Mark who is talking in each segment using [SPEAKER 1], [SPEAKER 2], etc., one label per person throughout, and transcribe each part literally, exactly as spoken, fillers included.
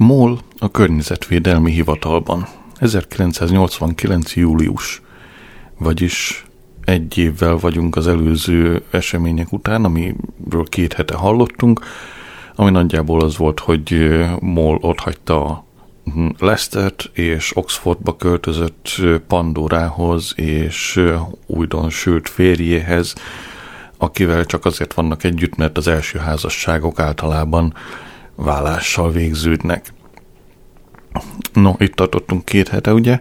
[SPEAKER 1] MOL a Környezetvédelmi Hivatalban. ezerkilencszáznyolcvankilenc. július, vagyis egy évvel vagyunk az előző események után, amiről két hete hallottunk, ami nagyjából az volt, hogy MOL otthagyta Leicestert és Oxfordba költözött Pandorához és újdonsült férjéhez, akivel csak azért vannak együtt, mert az első házasságok általában válással végződnek. No, itt tartottunk két hete, ugye,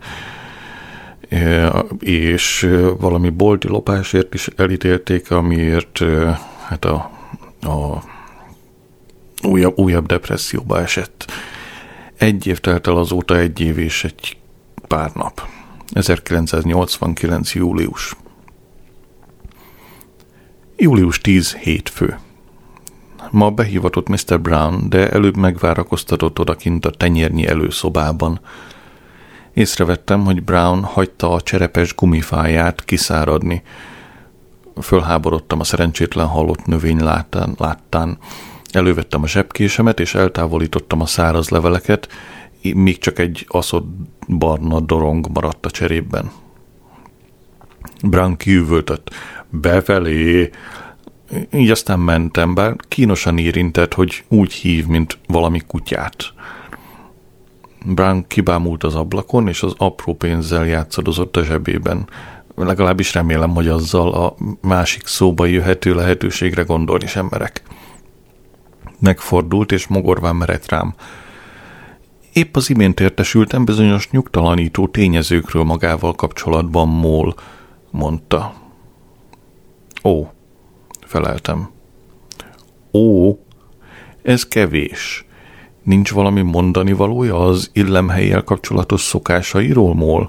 [SPEAKER 1] és valami bolti lopásért is elítélték, amiért hát a, a újabb, újabb depresszióba esett. Egy év telt el azóta, egy év és egy pár nap. ezerkilencszáznyolcvankilenc. július. július tíz. hétfő. Ma behivatott miszter Brown, de előbb megvárakoztatott odakint a tenyérnyi előszobában. Észrevettem, hogy Brown hagyta a cserepes gumifáját kiszáradni. Fölháborodtam a szerencsétlen halott növény láttán, láttán. Elővettem a zsebkésemet, és eltávolítottam a száraz leveleket, míg csak egy aszott barna dorong maradt a cserépben. Brown kiüvöltött. Befelé! Így aztán mentem, bár kínosan érintett, hogy úgy hív, mint valami kutyát. Brown kibámult az ablakon, és az apró pénzzel játszadozott a zsebében. Legalábbis remélem, hogy azzal a másik szóba jöhető lehetőségre gondolni sem merek. Megfordult, és mogorván merett rám. Épp az imént értesültem bizonyos nyugtalanító tényezőkről magával kapcsolatban, MOL, mondta. Ó, feleltem. Ó, ez kevés. Nincs valami mondani valója az illemhellyel kapcsolatos szokásairól, MOL?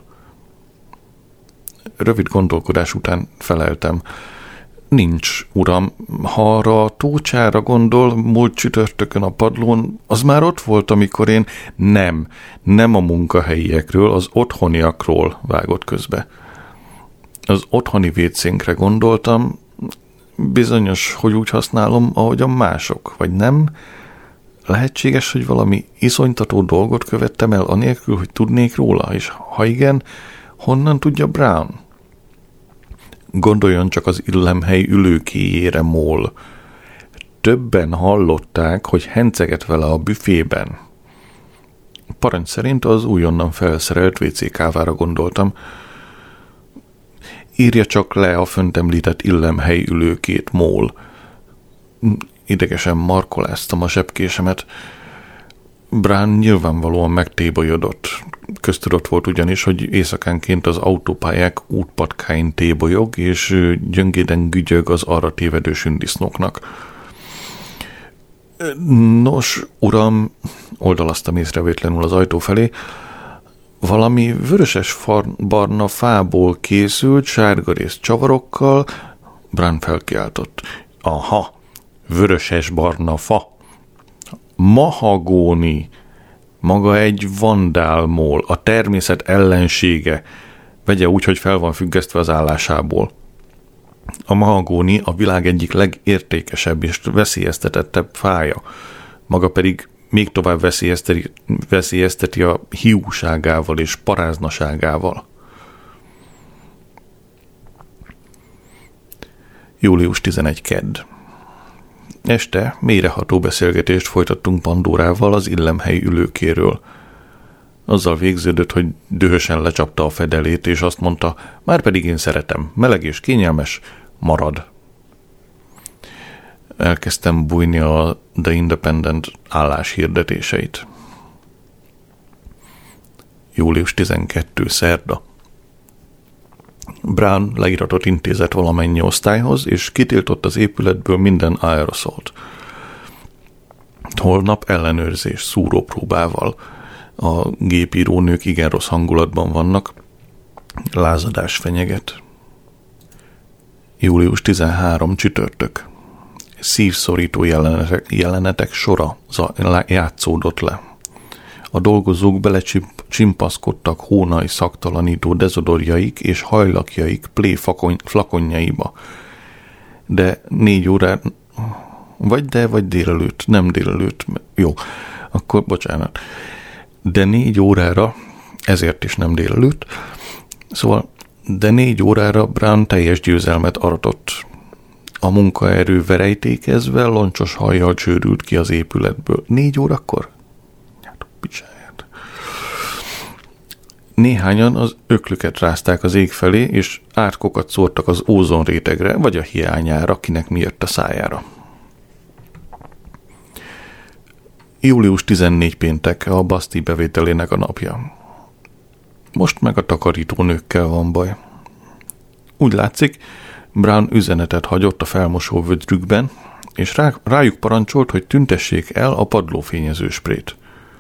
[SPEAKER 1] Rövid gondolkodás után feleltem. Nincs, uram. Ha arra a tócsára gondol, múlt csütörtökön a padlón, az már ott volt, amikor én nem, nem a munkahelyiekről, az otthoniakról vágott közbe. Az otthoni vécénkre gondoltam, bizonyos, hogy úgy használom, ahogyan mások, vagy nem? Lehetséges, hogy valami iszonytató dolgot követtem el anélkül, hogy tudnék róla, és ha igen, honnan tudja Brown? Gondoljon csak az illemhely ülőkéjére, MOL. Többen hallották, hogy henceget vele a büfében. Parancs szerint az újonnan felszerelt vé cé kávára gondoltam. Írja csak le a fönt említett illemhely ülőkét, MOL. Idegesen markoláztam a zsebkésemet. Brown nyilvánvalóan megtébolyodott. Köztudott volt ugyanis, hogy éjszakánként az autópályák útpatkáin tébolyog, és gyöngéden gügyög az arra tévedő sündisznóknak. Nos, uram, oldalaztam észrevétlenül az ajtó felé, valami vöröses-barna fából készült, sárgarész csavarokkal. Brown felkiáltott. Aha, vöröses-barna fa. Mahagóni. Maga egy vandál, MOL, a természet ellensége. Vegye úgy, hogy fel van függesztve az állásából. A mahagóni a világ egyik legértékesebb és veszélyeztetettebb fája. Maga pedig még tovább veszélyezteti, veszélyezteti a hiúságával és paráznaságával. július tizenegy. kedd. Este mélyreható beszélgetést folytattunk Pandorával az illemhely ülőkéről. Azzal végződött, hogy dühösen lecsapta a fedelét, és azt mondta, márpedig én szeretem, meleg és kényelmes, marad. Elkezdtem bújni a The Independent álláshirdetéseit. július tizenkettő. szerda. Brown leíratot intézett valamennyi osztályhoz, és kitiltott az épületből minden aerosolt. Holnap ellenőrzés szúrópróbával. A gépírónők igen rossz hangulatban vannak. Lázadás fenyeget. július tizenharmadika. csütörtök. Szívszorító jelenetek, jelenetek sora játszódott le. A dolgozók belecsimpaszkodtak hónai szaktalanító dezodorjaik és hajlakjaik plé flakonjaiba. De négy órán, vagy de, vagy délelőtt, nem délelőtt, jó. Akkor bocsánat. De négy órára, ezért is nem délelőtt, szóval de négy órára Brown teljes győzelmet aratott. A munkaerő verejtékezve, loncsos hajjal csőrült ki az épületből. Négy órakor? Hát, picsáját. Néhányan az öklüket rázták az ég felé, és árkokat szórtak az ózonrétegre, vagy a hiányára, kinek mi jött a szájára. július tizennégy péntek, a Bastille bevételének a napja. Most meg a takarítónőkkel van baj. Úgy látszik, Brown üzenetet hagyott a felmosó vödrükben, és rá, rájuk parancsolt, hogy tüntessék el a padlófényező sprét.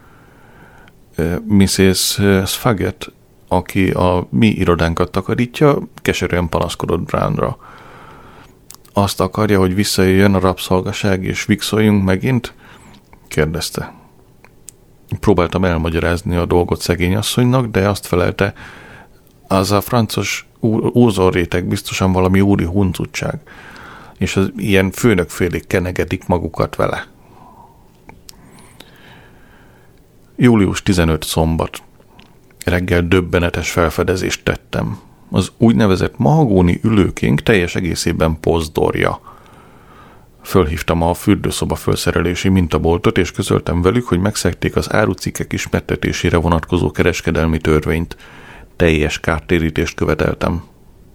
[SPEAKER 1] missziz Sfaget, aki a mi irodánkat takarítja, keserűen panaszkodott Brownra. Azt akarja, hogy visszajöjjön a rabszolgaság, és vixoljunk megint? Kérdezte. Próbáltam elmagyarázni a dolgot szegény asszonynak, de azt felelte, az a francos ózonréteg biztosan valami úri huncutság, és az ilyen főnökfélék kenegedik magukat vele. július tizenötödike szombat. Reggel döbbenetes felfedezést tettem. Az úgynevezett mahagóni ülőkénk teljes egészében pozdorja. Fölhívtam a fürdőszoba felszerelési mintaboltot, és közöltem velük, hogy megszegték az árucikkek ismertetésére vonatkozó kereskedelmi törvényt. Teljes kártérítést követeltem.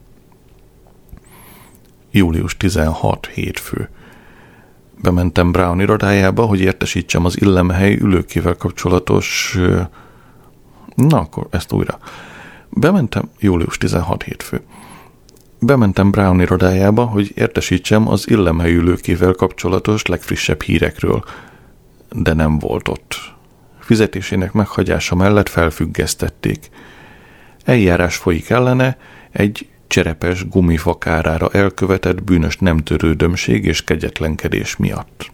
[SPEAKER 1] július tizenhatodika hétfő. Bementem Brown irodájába, hogy értesítsem az illemhely ülőkével kapcsolatos... Na, akkor ezt újra. Bementem... július tizenhatodika hétfő. Bementem Brown irodájába, hogy értesítsem az illemhely ülőkével kapcsolatos legfrissebb hírekről, de nem volt ott. Fizetésének meghagyása mellett felfüggesztették. Eljárás folyik ellene egy cserepes gumifakárára elkövetett bűnös nemtörődömség és kegyetlenkedés miatt.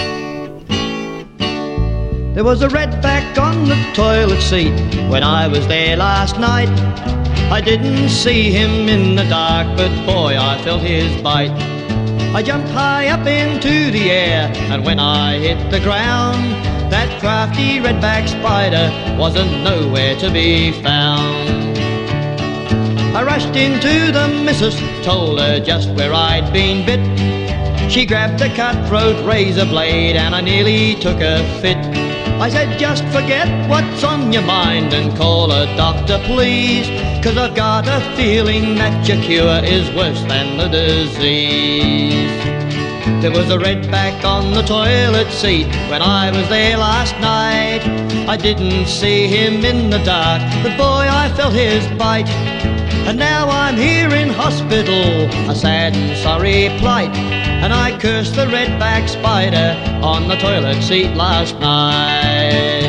[SPEAKER 2] There was a redback on the toilet seat when I was there last night. I didn't see him in the dark, but boy, I felt his bite. I jumped high up into the air, and when I hit the ground, that crafty redback spider wasn't nowhere to be found. I rushed into the missus, told her just where I'd been bit. She grabbed a cutthroat razor blade and I nearly took a fit. I said, just forget what's on your mind and call a doctor, please, 'cause I've got a feeling that your cure is worse than the disease. There was a redback on the toilet seat when I was there last night. I didn't see him in the dark, but boy, I felt his bite. And now I'm here in hospital, a sad and sorry plight. And I cursed the redback spider on the toilet seat last night.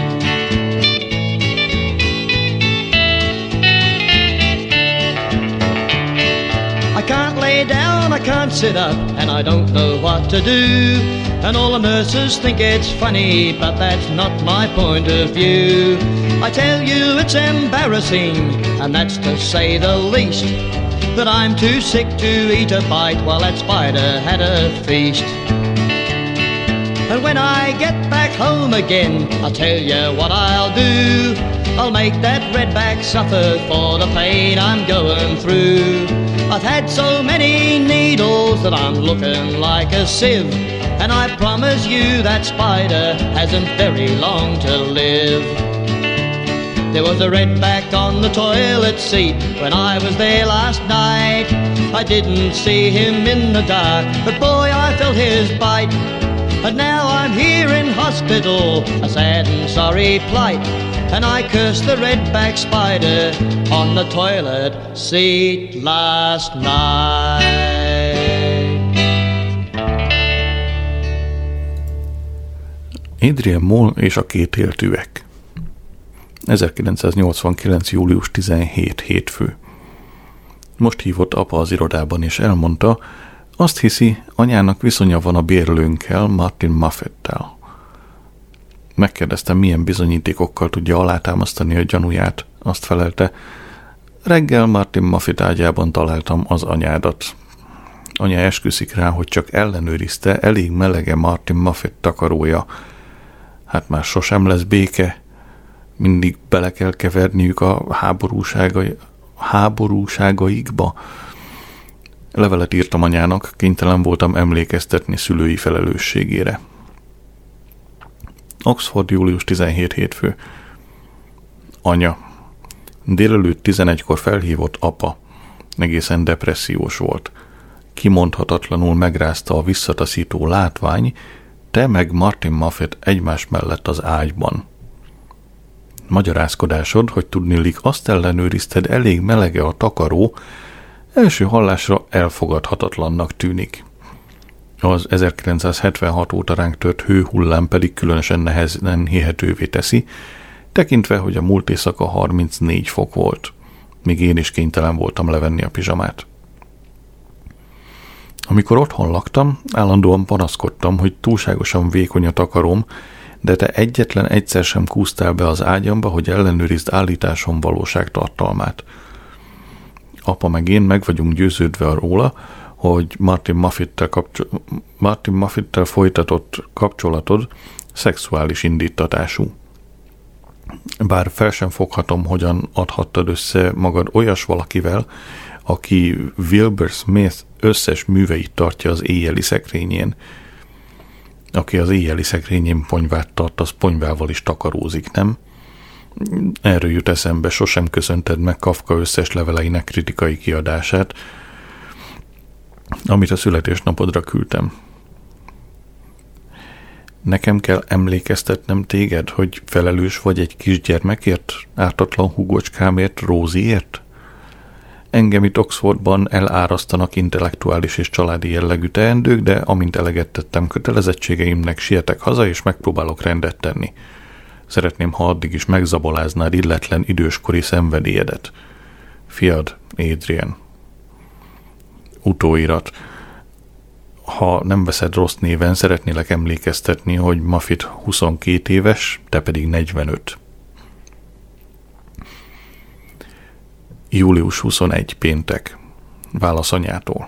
[SPEAKER 2] I can't lay down, I can't sit up, and I don't know what to do. And all the nurses think it's funny, but that's not my point of view. I tell you it's embarrassing, and that's to say the least, that I'm too sick to eat a bite while that spider had a feast. And when I get back home again, I'll tell you what I'll do. I'll make that redback suffer for the pain I'm going through. I've had so many needles that I'm looking like a sieve, and I promise you that spider hasn't very long to live. There was a redback on the toilet seat when I was there last night. I didn't see him in the dark, but boy, I felt his bite. And now I'm here in hospital, a sad and sorry plight. And I cursed the redback spider on the toilet seat last night.
[SPEAKER 1] Adrian Mole és a két élt üveg. ezerkilencszáznyolcvankilenc. július tizenhetedike. hétfő. Most hívott apa az irodában, és elmondta, azt hiszi, anyának viszonya van a bérlőnkkel, Martin Muffettel. Megkérdeztem, milyen bizonyítékokkal tudja alátámasztani a gyanúját. Azt felelte, reggel Martin Muffet ágyában találtam az anyádat. Anya esküszik rá, hogy csak ellenőrizte, elég melege Martin Muffet takarója. hát már sosem lesz béke, mindig bele kell keverniük a háborúságai, háborúságaikba. Levelet írtam anyának, kénytelen voltam emlékeztetni szülői felelősségére. Oxford, július tizenhetedike hétfő. Anya. Délelőtt tizenegykor felhívott apa. Egészen depressziós volt. Kimondhatatlanul megrázta a visszataszító látvány, te meg Martin Moffat egymás mellett az ágyban. Magyarázkodásod, hogy tudniillik azt ellenőrizted, elég melege a takaró, első hallásra elfogadhatatlannak tűnik. Az ezerkilencszázhetvenhat óta ránk tört hőhullám pedig különösen nehezen hihetővé teszi, tekintve, hogy a múlt éjszaka harmincnégy fok volt, míg én is kénytelen voltam levenni a pizsamát. Amikor otthon laktam, állandóan panaszkodtam, hogy túlságosan vékony a takaróm, de te egyetlen egyszer sem kúsztál be az ágyamba, hogy ellenőrizd állításom valóságtartalmát. Apa meg én meg vagyunk győződve róla, hogy Martin Moffat-tel, kapcsol- Martin Moffat-tel folytatott kapcsolatod szexuális indítatású. Bár fel sem foghatom, hogyan adhattad össze magad olyas valakivel, aki Wilbur Smith összes műveit tartja az éjjeli szekrényén. Aki az éjjeli szekrényén ponyvát tart, az ponyvával is takarózik, nem? Erről jut eszembe, sosem köszönted meg Kafka összes leveleinek kritikai kiadását, amit a születésnapodra küldtem. Nekem kell emlékeztetnem téged, hogy felelős vagy egy kisgyermekért, ártatlan húgocskámért, Róziért? Engem itt Oxfordban elárasztanak intellektuális és családi jellegű teendők, de amint eleget tettem kötelezettségeimnek, sietek haza, és megpróbálok rendet tenni. Szeretném, ha addig is megzaboláznád illetlen időskori szenvedélyedet. Fiad, Adrian. Utóirat. Ha nem veszed rossz néven, szeretnélek emlékeztetni, hogy Moffat huszonkét éves, te pedig negyvenöt. július huszonegyedike péntek. Válasz anyától.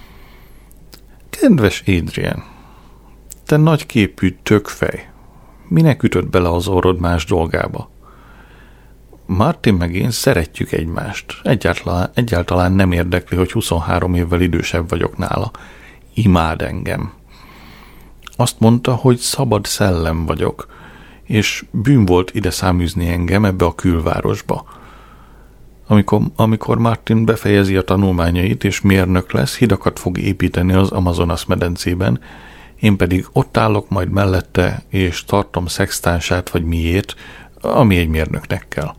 [SPEAKER 1] Kedves Adrian, te nagyképű tökfej. Minek ütött bele az orrod más dolgába? Martin meg én szeretjük egymást. Egyáltalán, egyáltalán nem érdekli, hogy huszonhárom évvel idősebb vagyok nála. Imád engem. Azt mondta, hogy szabad szellem vagyok, és bűn volt ide száműzni engem ebbe a külvárosba. Amikor, amikor Martin befejezi a tanulmányait és mérnök lesz, hidakat fog építeni az Amazonas medencében, én pedig ott állok majd mellette, és tartom szextánsát vagy miét, ami egy mérnöknek kell.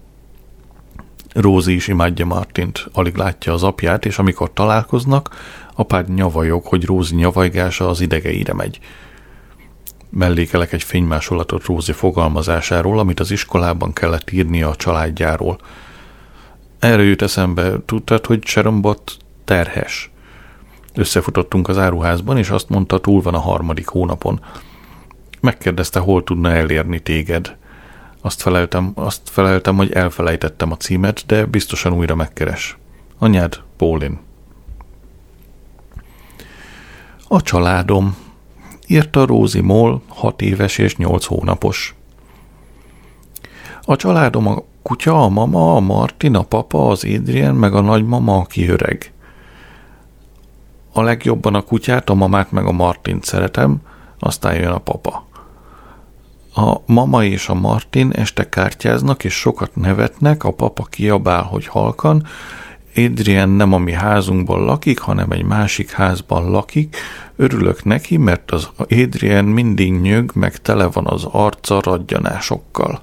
[SPEAKER 1] Rózi is imádja Martint, alig látja az apját, és amikor találkoznak, apád nyavajog, hogy Rózi nyavajgása az idegeire megy. Mellékelek egy fénymásolatot Rózi fogalmazásáról, amit az iskolában kellett írnia a családjáról. Erről jut eszembe, tudtad, hogy Sharon Bott terhes. Összefutottunk az áruházban, és azt mondta, túl van a harmadik hónapon. Megkérdezte, hol tudna elérni téged. Azt feleltem, azt feleltem, hogy elfelejtettem a címet, de biztosan újra megkeres. Anyád, Pauline. A családom. Írta Rosie Moll, hat éves és nyolc hónapos. A családom a kutya, a mama, a Martin, a papa, az Adrian, meg a nagymama, aki öreg. A legjobban a kutyát, a mamát, meg a Martint szeretem, aztán jön a papa. A mama és a Martin este kártyáznak, és sokat nevetnek, a papa kiabál, hogy halkan. Adrian nem a mi házunkban lakik, hanem egy másik házban lakik. Örülök neki, mert az Adrian mindig nyög, meg tele van az arca radjanásokkal.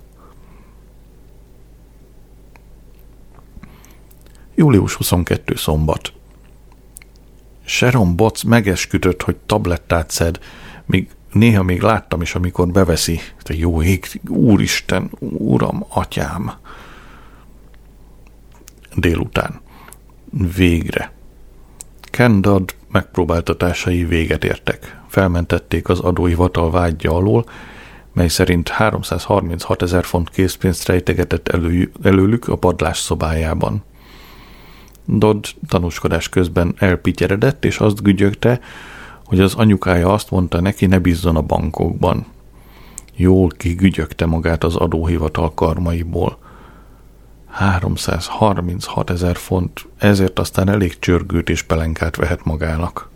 [SPEAKER 1] július huszonkettedike szombat. Sharon Botts megesküdött, hogy tablettát szed, míg néha még láttam is, amikor beveszi. Te jó ég, úristen, uram, atyám. Délután. Végre. Ken Dodd megpróbáltatásai véget értek. Felmentették az adóhivatal vádja alól, mely szerint háromszázharminchat ezer font készpénzt rejtegetett elő, előlük a padlás szobájában. Dodd tanúskodás közben elpityeredett, és azt gügyögte, hogy az anyukája azt mondta neki, ne bízzon a bankokban. Jól kigügyögte magát az adóhivatal karmaiból. háromszázharminchat ezer font, ezért aztán elég csörgőt és pelenkát vehet magának.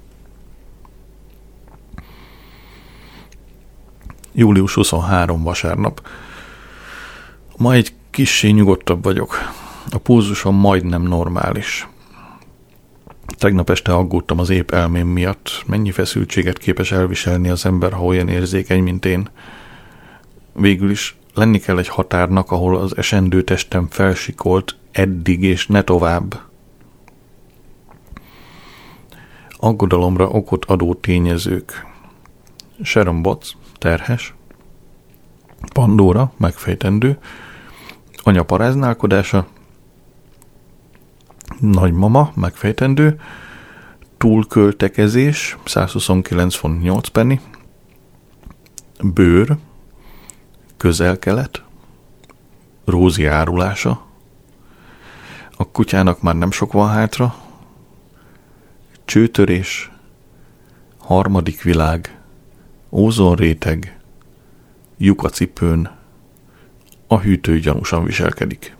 [SPEAKER 1] július huszonharmadika vasárnap. Ma egy kissé nyugodtabb vagyok. A pulzusom majdnem normális. Tegnap este aggódtam az ép elmém miatt. Mennyi feszültséget képes elviselni az ember, ha olyan érzékeny, mint én. Végül is lenni kell egy határnak, ahol az esendő testem felsikolt eddig és ne tovább. Aggodalomra okot adó tényezők. Sharon Botts, terhes. Pandora, megfejtendő. Anya paráználkodása. Nagymama, megfejtendő. Túlköltekezés, százhuszonkilenc font nyolc penny. Bőr. Közel-kelet. Rózi árulása. A kutyának már nem sok van hátra. Csőtörés. Harmadik világ. Ózonréteg. Lyukacipőn. A hűtő gyanúsan viselkedik.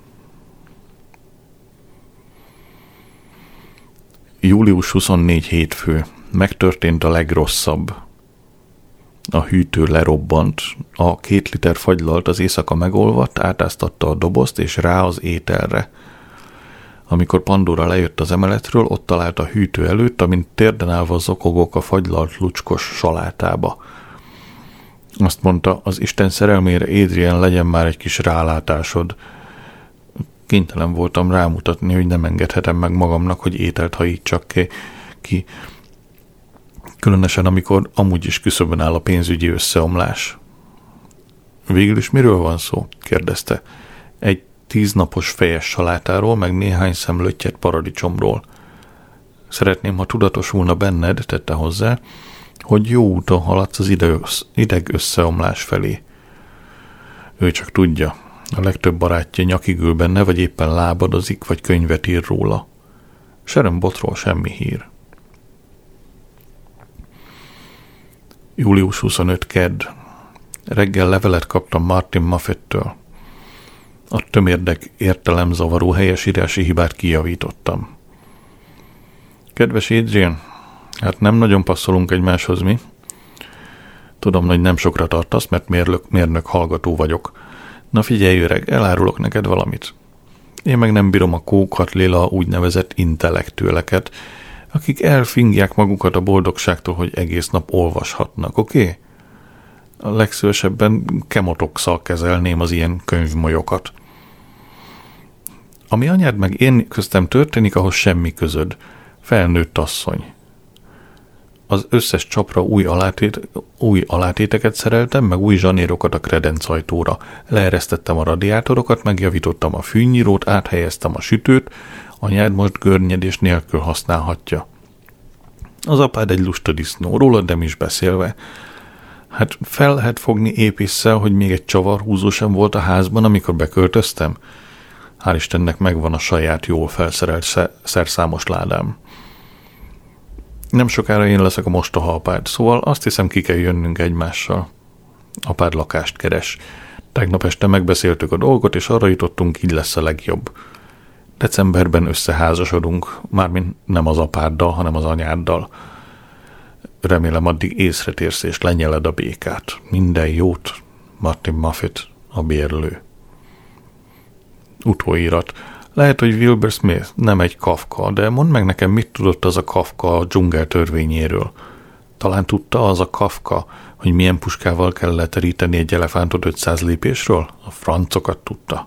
[SPEAKER 1] július huszonnégyedike hétfő. Megtörtént a legrosszabb. A hűtő lerobbant, a két liter fagylalt az éjszaka megolvadt, átáztatta a dobozt és rá az ételre. Amikor Pandora lejött az emeletről, ott talált a hűtő előtt, amint térden állva zokogok a fagylalt lucskos salátába. Azt mondta, az Isten szerelmére, Adrian, legyen már egy kis rálátásod. Kénytelen voltam rámutatni, hogy nem engedhetem meg magamnak, hogy ételt hajítsak ki, ki. Különösen, amikor amúgy is küszöbön áll a pénzügyi összeomlás. Végül is miről van szó? Kérdezte. Egy tíznapos fejes salátáról, meg néhány szemlöttyet paradicsomról. Szeretném, ha tudatosulna benned, tette hozzá, hogy jó úton haladsz az ideg összeomlás felé. Ő csak tudja. A legtöbb barátja nyakig ül benne, vagy éppen lábadozik, vagy könyvet ír róla. Sharon Bottról semmi hír. július huszonötödike kedd. Reggel levelet kaptam Martin Muffettől. A tömérdek értelemzavaró helyesírási hibát kijavítottam. Kedves Adrian, hát nem nagyon passzolunk egymáshoz, mi? Tudom, hogy nem sokra tartasz, mert mérlök, mérnök hallgató vagyok. Na figyelj, öreg, elárulok neked valamit. Én meg nem bírom a kókat, lila úgynevezett intellektüeleket, akik elfingják magukat a boldogságtól, hogy egész nap olvashatnak, oké? Okay? A legszívesebben kemotokszal kezelném az ilyen könyvmolyokat. Ami anyád meg én köztem történik, ahhoz semmi közöd. Felnőtt asszony. Az összes csapra új, alátét, új alátéteket szereltem, meg új zsanérokat a kredencajtóra. Leeresztettem a radiátorokat, megjavítottam a fűnyírót, áthelyeztem a sütőt, anyád most görnyedés nélkül használhatja. Az apád egy lusta disznó, rólad nem is beszélve. Hát fel lehet fogni épisszel, hogy még egy csavarhúzó sem volt a házban, amikor beköltöztem? Hál' Istennek megvan a saját jól felszerelt szerszámos ládám. Nem sokára én leszek a mostoha apád, szóval azt hiszem, ki kell jönnünk egymással. Apád lakást keres. Tegnap este megbeszéltük a dolgot, és arra jutottunk, így lesz a legjobb. Decemberben összeházasodunk, mármint nem az apáddal, hanem az anyáddal. Remélem addig észre térsz és lenyeled a békát. Minden jót, Martin Muffet, a bérlő. Utóirat. Lehet, hogy Wilbur Smith nem egy Kafka, de mondd meg nekem, mit tudott az a Kafka a dzsungel törvényéről. Talán tudta az a Kafka, hogy milyen puskával kell leteríteni egy elefántot ötszáz lépésről? A francokat tudta.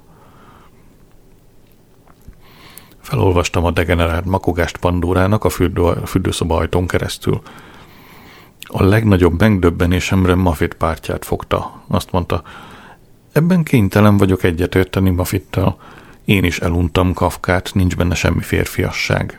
[SPEAKER 1] Felolvastam a degenerált makogást Pandorának a fürdő, fürdőszoba ajtón keresztül. A legnagyobb megdöbbenésemre Muffet pártját fogta. Azt mondta, ebben kénytelen vagyok egyetérteni Muffettel. Én is eluntam Kafkát, nincs benne semmi férfiasság.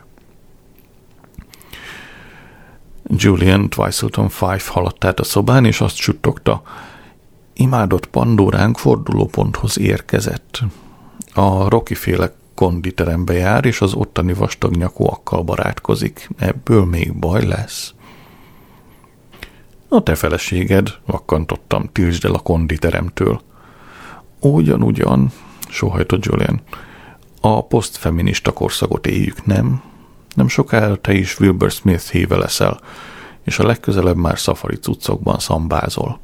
[SPEAKER 1] Julian Twistleton Fife haladt át a szobán, és azt suttogta. Imádott Pandoránk fordulóponthoz érkezett. A Rocky-féle konditerembe jár, és az ottani vastag nyakúakkal barátkozik. Ebből még baj lesz. A te feleséged, vakkantottam, tiltsd el a konditeremtől. Ugyan-ugyan, sóhajtott Julian. A posztfeminista korszakot éljük, nem? Nem sokára te is Wilbur Smith híve leszel, és a legközelebb már szafari cuccokban szambázol.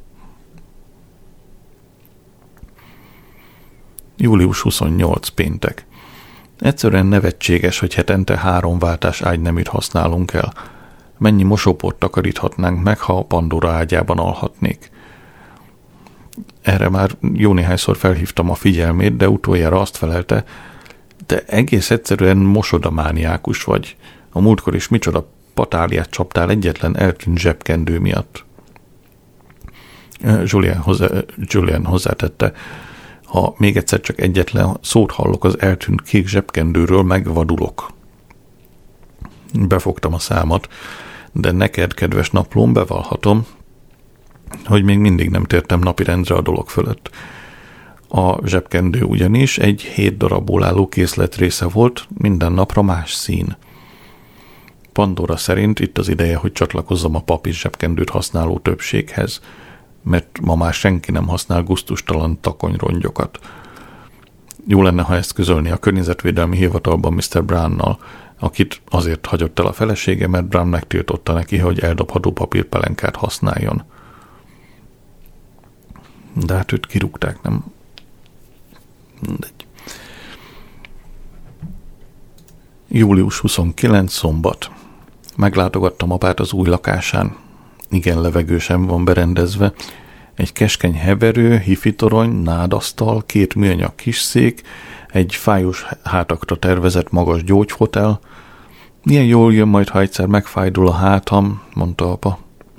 [SPEAKER 1] július huszonnyolcadika péntek. Egyszerűen nevetséges, hogy hetente három váltás ágyneműt használunk el. Mennyi mosóport takaríthatnánk meg, ha a Pandora ágyában alhatnék. Erre már jó néhányszor felhívtam a figyelmét, de utoljára azt felelte, de egész egyszerűen mosodamániákus vagy. A múltkor is micsoda patáliát csaptál egyetlen eltűnt zsebkendő miatt. Julian, hozzá, Julian hozzátette, ha még egyszer csak egyetlen szót hallok az eltűnt kék zsebkendőről, megvadulok. Befogtam a számat, de neked, kedves naplóm, bevallhatom, hogy még mindig nem tértem napirendre a dolog fölött. A zsebkendő ugyanis egy hét darabból álló készlet része volt, minden napra más szín. Pandora szerint itt az ideje, hogy csatlakozzam a papír zsebkendőt használó többséghez, mert ma már senki nem használ gusztustalan takonyrongyokat. Jó lenne, ha ezt közölni a környezetvédelmi hivatalban miszter Brownnal, akit azért hagyott el a felesége, mert Brown megtiltotta neki, hogy eldobható papírpelenkát használjon. De hát őt kirúgták, nem? Mindegy. július huszonkilencedike szombat. Meglátogattam apát az új lakásán. Igen levegősen van berendezve. Egy keskeny heverő, hifitorony, nádasztal, két műanyag kisszék, egy fájós hátakra tervezett magas gyógyfotel. Milyen jól jön majd, ha egyszer megfájdul a hátam, mondta apa.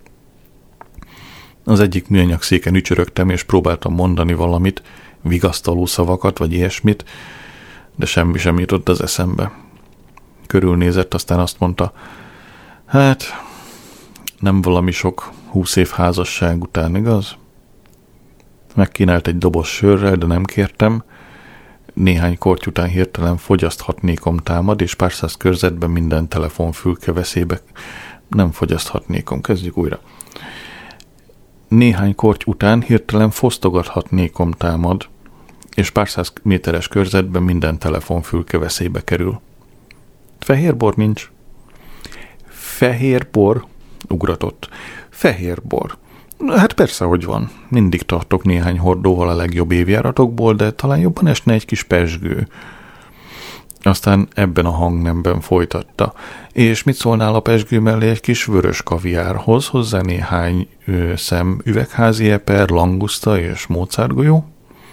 [SPEAKER 1] Az egyik műanyag széken ücsörögtem, és próbáltam mondani valamit, vigasztaló szavakat, vagy ilyesmit, de semmi sem jutott az eszembe. Körülnézett, aztán azt mondta, hát, nem valami sok húsz év házasság után, igaz? Megkínált egy doboz sörrel, de nem kértem. Néhány korty után hirtelen fogyaszthatnékom támad, és pár száz körzetben minden telefonfülke veszélybe. Nem fogyaszthatnékom, kezdjük újra. Néhány korty után hirtelen fosztogathatnékom támad, és pár száz méteres körzetben minden telefonfülke veszélybe kerül. Fehérbor nincs. Fehérbor, ugratott. Fehérbor. Hát persze, hogy van. Mindig tartok néhány hordóval a legjobb évjáratokból, de talán jobban esne egy kis pezsgő. Aztán ebben a hangnemben folytatta. És mit szólnál a pezsgő mellé egy kis vörös kaviárhoz, hozzá néhány ö, szem üvegházi eper, languszta és módszergolyó?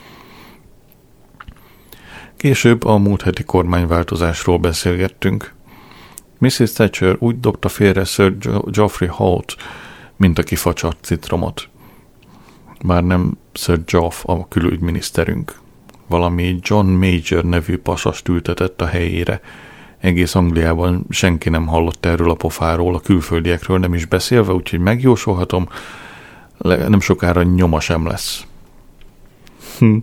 [SPEAKER 1] Később a múlt heti kormányváltozásról beszélgettünk. missziz Thatcher úgy dobta félre Sir Geoffrey Holt, mint aki facsart citromot. Bár nem Sir Geoff a külügyminiszterünk. Valami John Major nevű pasast ültetett a helyére. Egész Angliában senki nem hallott erről a pofáról, a külföldiekről nem is beszélve, úgyhogy megjósolhatom, nem sokára nyoma sem lesz. Hm.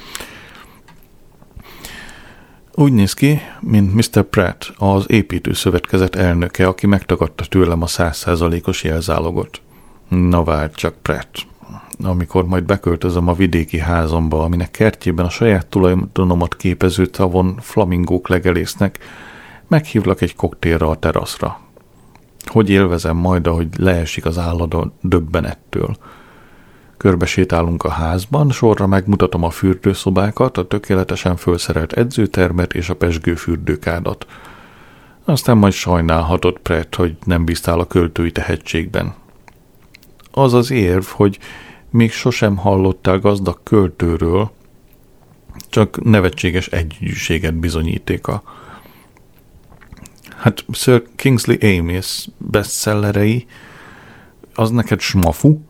[SPEAKER 1] Úgy néz ki, mint miszter Pratt, az építőszövetkezet elnöke, aki megtagadta tőlem a száz százalékos jelzálogot. Na várj csak, Pratt. Amikor majd beköltözöm a vidéki házamba, aminek kertjében a saját tulajdonomat képező tavon flamingók legelésznek, meghívlak egy koktélra a teraszra. Hogy élvezem majd, ahogy leesik az állat a döbbenettől. Körbesétálunk a házban, sorra megmutatom a fürdőszobákat, a tökéletesen fölszerelt edzőtermet és a pezsgő fürdőkádat. Aztán majd sajnálhatod, Pratt, hogy nem bíztál a költői tehetségben. Az az érv, hogy még sosem hallottál gazdag költőről, csak nevetséges együgyűséget bizonyítéka. Hát Sir Kingsley Amis bestsellerei, az neked smafu?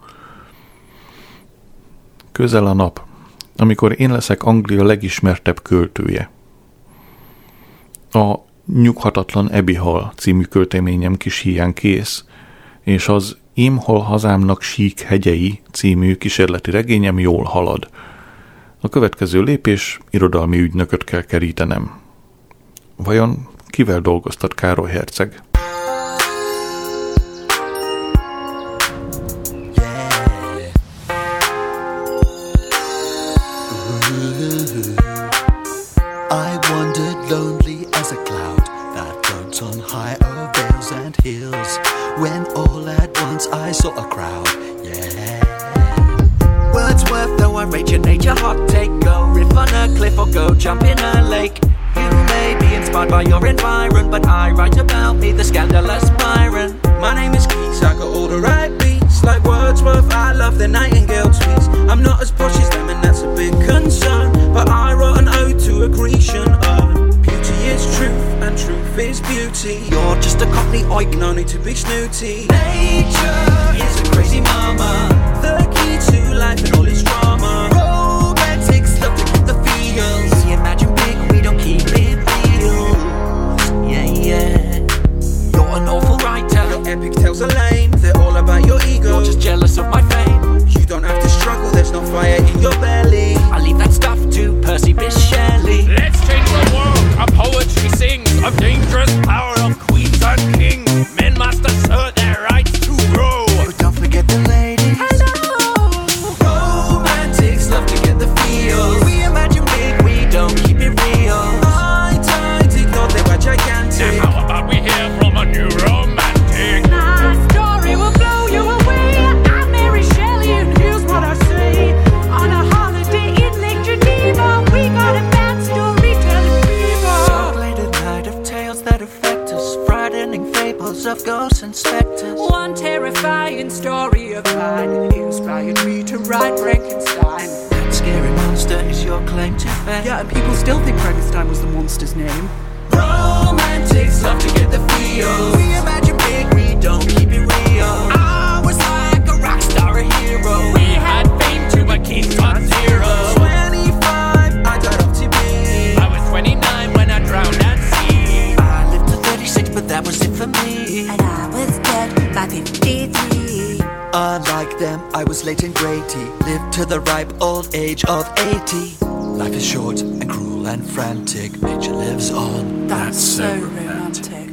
[SPEAKER 1] Közel a nap, amikor én leszek Anglia legismertebb költője. A Nyughatatlan Abbey Hall című költeményem kis híján kész, és az Ím hol hazámnak sík hegyei című kísérleti regényem jól halad. A következő lépés, irodalmi ügynököt kell kerítenem. Vajon kivel dolgoztat Károly herceg?
[SPEAKER 3] I wandered lonely as a cloud that floats on higher vales and hills, when all at once I saw a crowd, yeah.
[SPEAKER 4] Wordsworth, though I rate your nature hot take, go riff on a cliff or go jump in a lake. You may be inspired by your environ, but I write about me, the scandalous Byron. My name is Keats, I got all the right beats. Like Wordsworth, I love the nightingale tweets. I'm not as posh as them and that's a big concern, but I wrote an ode to a Grecian urn. Beauty is truth and truth is beauty. You're just a cockney oik, no need to be snooty. Nature is a crazy mama, the key to life and all its drama. Romantics love to keep the feels. We imagine big, we don't keep it real. Yeah, yeah. You're an awful writer, your epic tales are lame. They're all about your ego, you're just jealous of my fame. You don't have to struggle, there's no fire in your belly. I leave that stuff to Percy Bysshe Shelley.
[SPEAKER 5] Let's change the world, our poetry sings of dangerous power of queens and kings. Men must assert their rights to grow.
[SPEAKER 4] But don't forget the ladies.
[SPEAKER 5] Hello.
[SPEAKER 4] Romantics love to get the feels. We imagine big, we don't keep it real. My times ignore they were gigantic.
[SPEAKER 5] Now how about we hear from a new romantic?
[SPEAKER 6] My story will blow you away. I'm Mary Shelley and here's what I say. On a holiday in Lake Geneva, we got a bad storytelling fever.
[SPEAKER 4] So late at night of tales that affect us, frightening fables of ghosts and spectres.
[SPEAKER 6] One terrifying story of mine inspired me to write Frankenstein.
[SPEAKER 4] That scary monster is your claim to fame.
[SPEAKER 7] Yeah, and people still think Frankenstein was the monster's name.
[SPEAKER 4] Romantics love to get the feels. We imagine big, we don't keep it real. I was like a rock star, a hero.
[SPEAKER 5] We had fame too, but Keats got zero.
[SPEAKER 4] twenty-five, I died off T V.
[SPEAKER 5] I was twenty-nine when I drowned at sea.
[SPEAKER 4] I lived to thirty-six, but that was it for me.
[SPEAKER 6] And I was dead by fifty-three.
[SPEAKER 3] Unlike them, I was late in Grady, lived to the ripe old age of eighty. Life is short and cruel and frantic, nature lives on.
[SPEAKER 6] That's so romantic.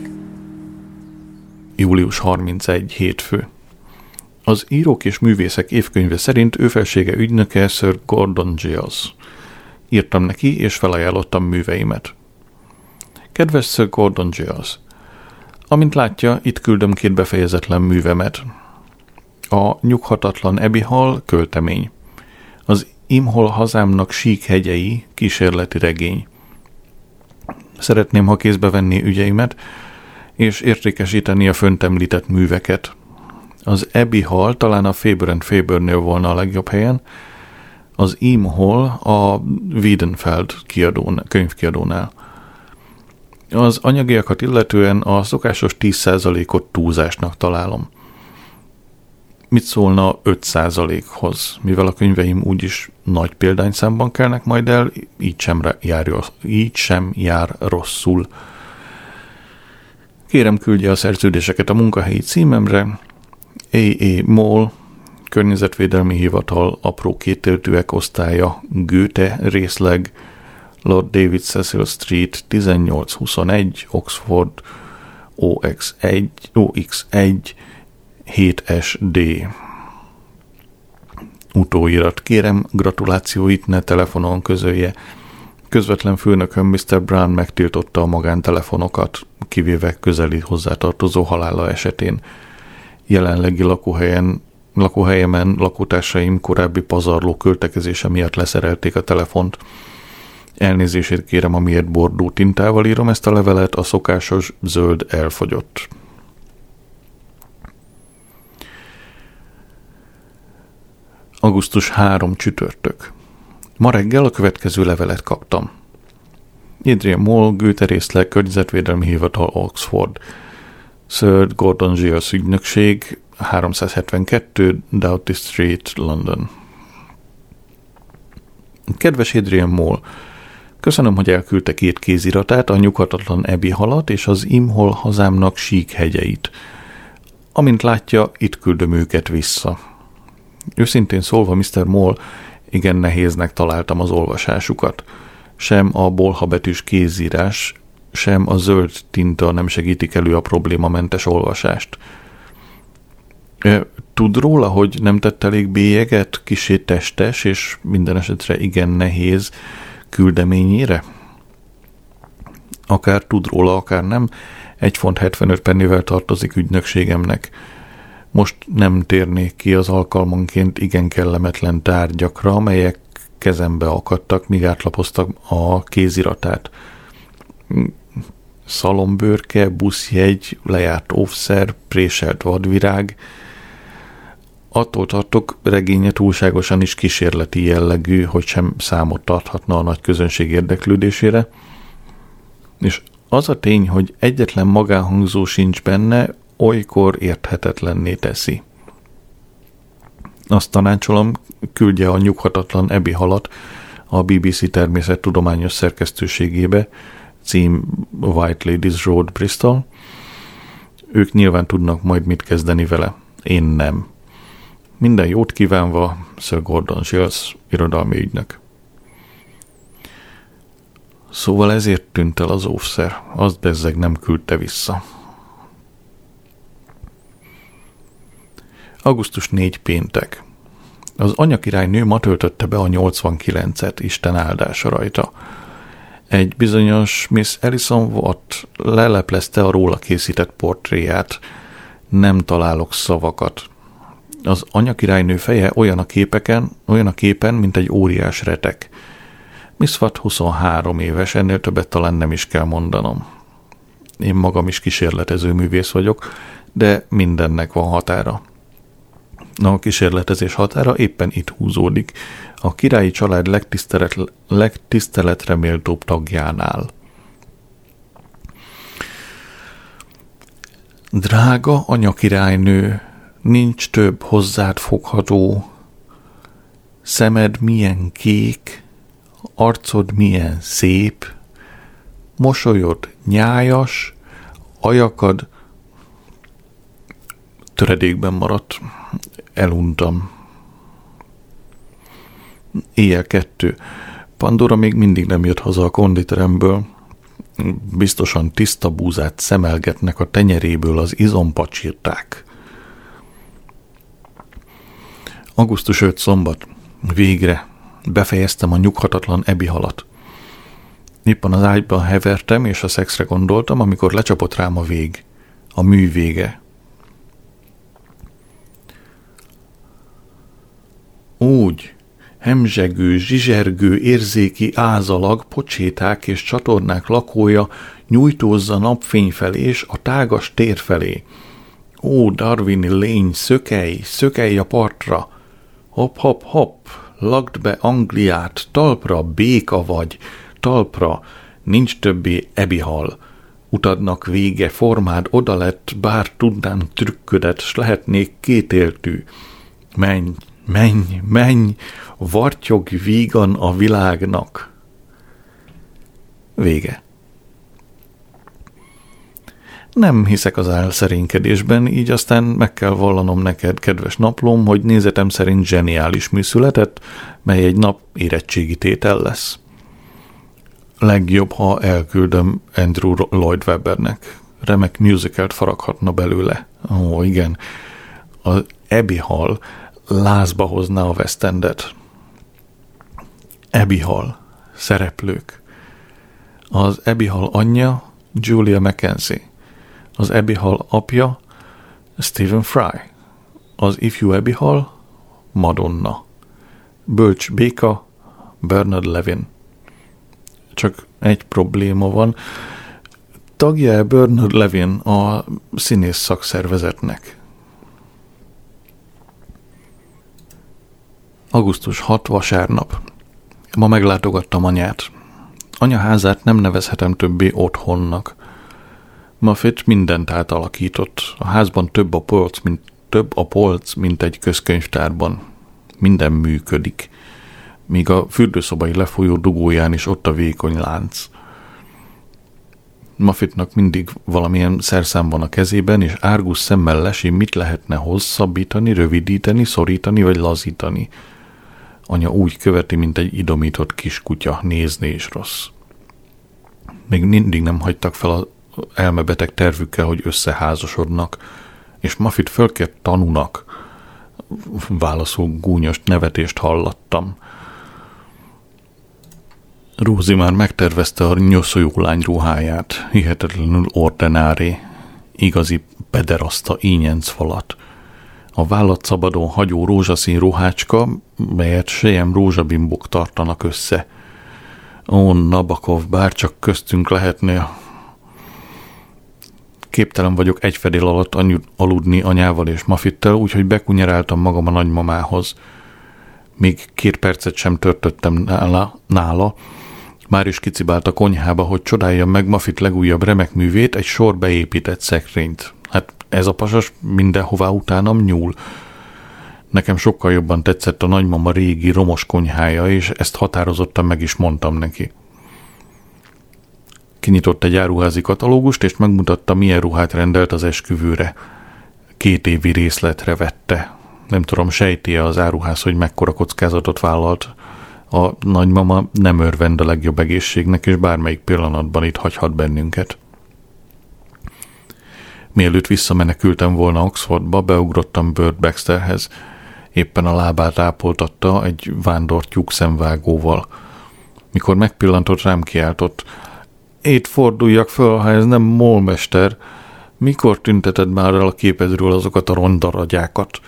[SPEAKER 1] július harmincegy hétfő. Az írók és művészek évkönyve szerint ő felsége ügynöke Sir Gordon Giles. Írtam neki, és felajánlottam műveimet. Kedves Sir Gordon Giles, amint látja, itt küldöm két befejezetlen művemet. A Nyughatatlan Abbey Hall költemény. Az Imhol hazámnak sík hegyei kísérleti regény. Szeretném, ha kézbe venné ügyeimet, és értékesíteni a fönt említett műveket. Az Abbey Hall talán a Faber and Fabernél volna a legjobb helyen, az Imhol a Wiedenfeld kiadón, könyvkiadónál. Az anyagiakat illetően a szokásos tíz százalékot túlzásnak találom. Mit szólna öt százalékhoz, mivel a könyveim úgyis nagy példányszámban kelnek majd el, így sem jár, így sem jár rosszul. Kérem, küldje a szerződéseket a munkahelyi címemre, á á Moll, Környezetvédelmi Hivatal, apró kétéltűek osztálya, Goethe részleg, Lord David Cecil Street, tizennyolc huszonegy, Oxford, o iksz egy, o iksz egy, hét es dé. Utóirat. Kérem, gratulációit ne telefonon közölje. Közvetlen főnököm miszter Brown megtiltotta a magántelefonokat, kivéve közeli hozzátartozó halála esetén. Jelenlegi lakóhelyen, lakóhelyemen lakótársaim korábbi pazarló költekezése miatt leszerelték a telefont. Elnézését kérem, amiért bordó tintával írom ezt a levelet, a szokásos zöld elfogyott. augusztus harmadika csütörtök. Ma reggel a következő levelet kaptam. Adrian Moll, Goethe részleg, Környezetvédelmi Hivatal, Oxford. Sir Gordon Giles ügynökség, háromszázhetvenkettő, Doughty Street, London. Kedves Adrian Moll, köszönöm, hogy elküldte két kéziratát, a Nyughatatlan Abbey Hallat és az Imhol hazámnak sík hegyeit. Amint látja, itt küldöm őket vissza. Őszintén szólva, miszter Moll, igen nehéznek találtam az olvasásukat. Sem a bolhabetűs kézírás, sem a zöld tinta nem segítik elő a problémamentes olvasást. Tud róla, hogy nem tett elég bélyeget, kissé testes, és minden esetre igen nehéz küldeményére? Akár tud róla, akár nem, egy font hetvenöt pennivel tartozik ügynökségemnek. Most nem térnék ki az alkalmanként igen kellemetlen tárgyakra, amelyek kezembe akadtak, míg átlapoztak a kéziratát. Szalombőrke, buszjegy, lejárt óvszer, préselt vadvirág. Attól tartok, regénye túlságosan is kísérleti jellegű, hogy sem számot tarthatna a nagy közönség érdeklődésére. És az a tény, hogy egyetlen magánhangzó sincs benne, olykor érthetetlenné teszi. Azt tanácsolom, küldje a nyughatatlan Ebi halat a bé bé cé természettudományos szerkesztőségébe, cím White Ladies Road, Bristol. Ők nyilván tudnak majd mit kezdeni vele. Én nem. Minden jót kívánva, Sir Gordon Shields, irodalmi ügynök. Szóval ezért tűnt el az óvszer. Azt bezzeg nem küldte vissza. augusztus negyedike péntek. Az anyakirálynő ma töltötte be a nyolcvankilencet, Isten áldása rajta. Egy bizonyos Miss Ellison Watt leleplezte a róla készített portréját. Nem találok szavakat. Az anyakirálynő feje olyan a képeken, olyan a képen, mint egy óriás retek. Miss Watt huszonhárom éves, ennél többet talán nem is kell mondanom. Én magam is kísérletező művész vagyok, de mindennek van határa. A kísérletezés határa éppen itt húzódik, a királyi család legtisztelet, legtiszteletre méltóbb tagjánál. Drága anyakirálynő, nincs több hozzád fogható. Szemed milyen kék, arcod milyen szép, mosolyod nyájas, ajakad töredékben maradt. Eluntam. Éjjel kettő. Pandora még mindig nem jött haza a konditeremből. Biztosan tiszta búzát szemelgetnek a tenyeréből az izompacsirták. augusztus ötödike szombat. Végre befejeztem a nyughatatlan Ebi halat. Éppen az ágyban hevertem, és a szexre gondoltam, amikor lecsapott rám a vég. A mű vége. Úgy, hemzsegő, zsizsergő, érzéki ázalag, pocséták és csatornák lakója nyújtózza napfény felé és a tágas tér felé. Ó, darwini lény, szökelj, szökelj a partra! Hopp, hopp, hopp, lakd be Angliát, talpra, béka vagy, talpra, nincs többé Ebi hal. Utadnak vége, formád oda lett, bár tudnám trükködet, s lehetnék kétéltű. Menj, menj, menj, vartyog vígan a világnak. Vége. Nem hiszek az álszerénykedésben, így aztán meg kell vallanom neked, kedves naplóm, hogy nézetem szerint zseniális mű született, mely egy nap érettségi tétel lesz. Legjobb, ha elküldöm Andrew Lloyd Webbernek. Remek musicalt faraghatna belőle. Ó, igen. Az Ebi hal lázba hozná a West Endet. Ebi hal. Szereplők. Az Ebi hal anyja Julia Mackenzie. Az Ebi hal apja Stephen Fry. Az ifjú Ebi hal Madonna. Bölcs béka Bernard Levin. Csak egy probléma van. Tagja Bernard Levin a színész szakszervezetnek. augusztus hatodika vasárnap. Ma meglátogattam anyát. Anyaházát nem nevezhetem többé otthonnak. Muffet mindent átalakított. A házban több a polc, mint, több a polc, mint egy közkönyvtárban. Minden működik. Míg a fürdőszobai lefolyó dugóján is ott a vékony lánc. Muffetnak mindig valamilyen szerszám van a kezében, és árgus szemmel lesi, mit lehetne hosszabbítani, rövidíteni, szorítani vagy lazítani. Anya úgy követi, mint egy idomított kiskutya, nézni is rossz. Még mindig nem hagytak fel az elmebeteg tervükkel, hogy összeházasodnak. és Muffit fölkért tanúnak. Válaszul gúnyos nevetést hallattam. Rózi már megtervezte a nyoszójú lány ruháját, hihetetlenül ordinári, igazi pederaszta ínyenc falat. A vállat szabadon hagyó rózsaszín ruhácska, melyet sejem rózsabimbok tartanak össze. Ó, Nabakov, bárcsak köztünk lehetnél. Képtelen vagyok egy fedél alatt aludni anyával és Muffittel, úgyhogy bekunyeráltam magam a nagymamához. Még két percet sem törtöttem nála, nála. Már is kicibált a konyhába, hogy csodáljam meg Muffit legújabb remek művét, egy sor beépített szekrényt. Hát ez a pasas mindenhová utánam nyúl. Nekem sokkal jobban tetszett a nagymama régi romos konyhája, és ezt határozottan meg is mondtam neki. Kinyitott egy áruházi katalógust, és megmutatta, milyen ruhát rendelt az esküvőre. Két évi részletre vette. Nem tudom, sejti-e az áruház, hogy mekkora kockázatot vállalt. A nagymama nem örvend a legjobb egészségnek, és bármelyik pillanatban itt hagyhat bennünket. Mielőtt visszamenekültem volna Oxfordba, beugrottam Burt Baxterhez. Éppen a lábát ápoltatta egy vándor tyúkszemvágóval. Mikor megpillantott, rám kiáltott: "Ét forduljak föl, ha ez nem mólmester. Mikor tünteted már el a képedről azokat a rondaragyákat?"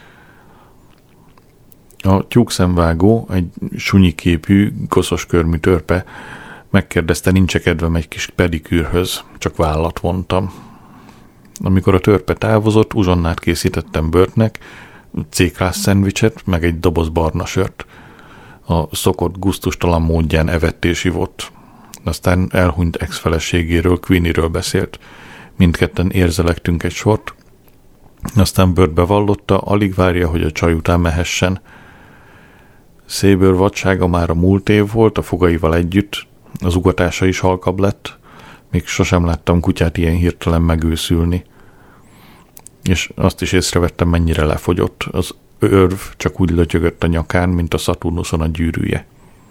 [SPEAKER 1] A tyúkszemvágó, egy sunyiképű, koszos körmű törpe, megkérdezte, nincs-e kedvem egy kis pedikűrhöz, csak vállat vontam. Amikor a törpe távozott, uzsonnát készítettem Burtnek, céklász szendvicset, meg egy doboz barna sört. A szokott gusztustalan módján evett és ivott. Aztán elhunyt ex-feleségéről, Queenie-ről beszélt. Mindketten érzelektünk egy sort. Aztán Burt bevallotta, alig várja, hogy a csaj után mehessen. Saber vadsága már a múlt év volt, a fogaival együtt, az ugatása is halkabb lett, még sosem láttam kutyát ilyen hirtelen megőszülni. És azt is észrevettem, mennyire lefogyott. Az örv csak úgy lötyögött a nyakán, mint a Szaturnuszon a gyűrűje.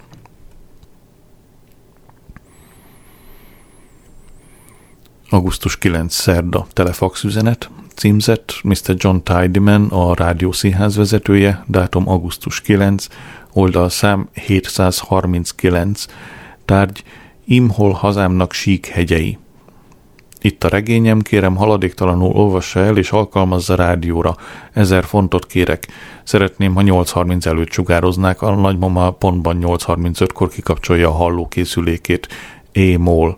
[SPEAKER 1] augusztus kilencedike szerda, telefax üzenet, címzett miszter John Tidyman, a rádiószínház vezetője, dátum augusztus kilencedike, oldalszám hétszázharminckilenc, tárgy Imhol hazámnak sík hegyei. Itt a regényem, kérem haladéktalanul olvassa el és alkalmazza rádióra. Ezer fontot kérek. Szeretném, ha nyolc harminc előtt sugároznák, a nagymama pontban nyolc harmincötkor kikapcsolja a hallókészülékét. É-mól.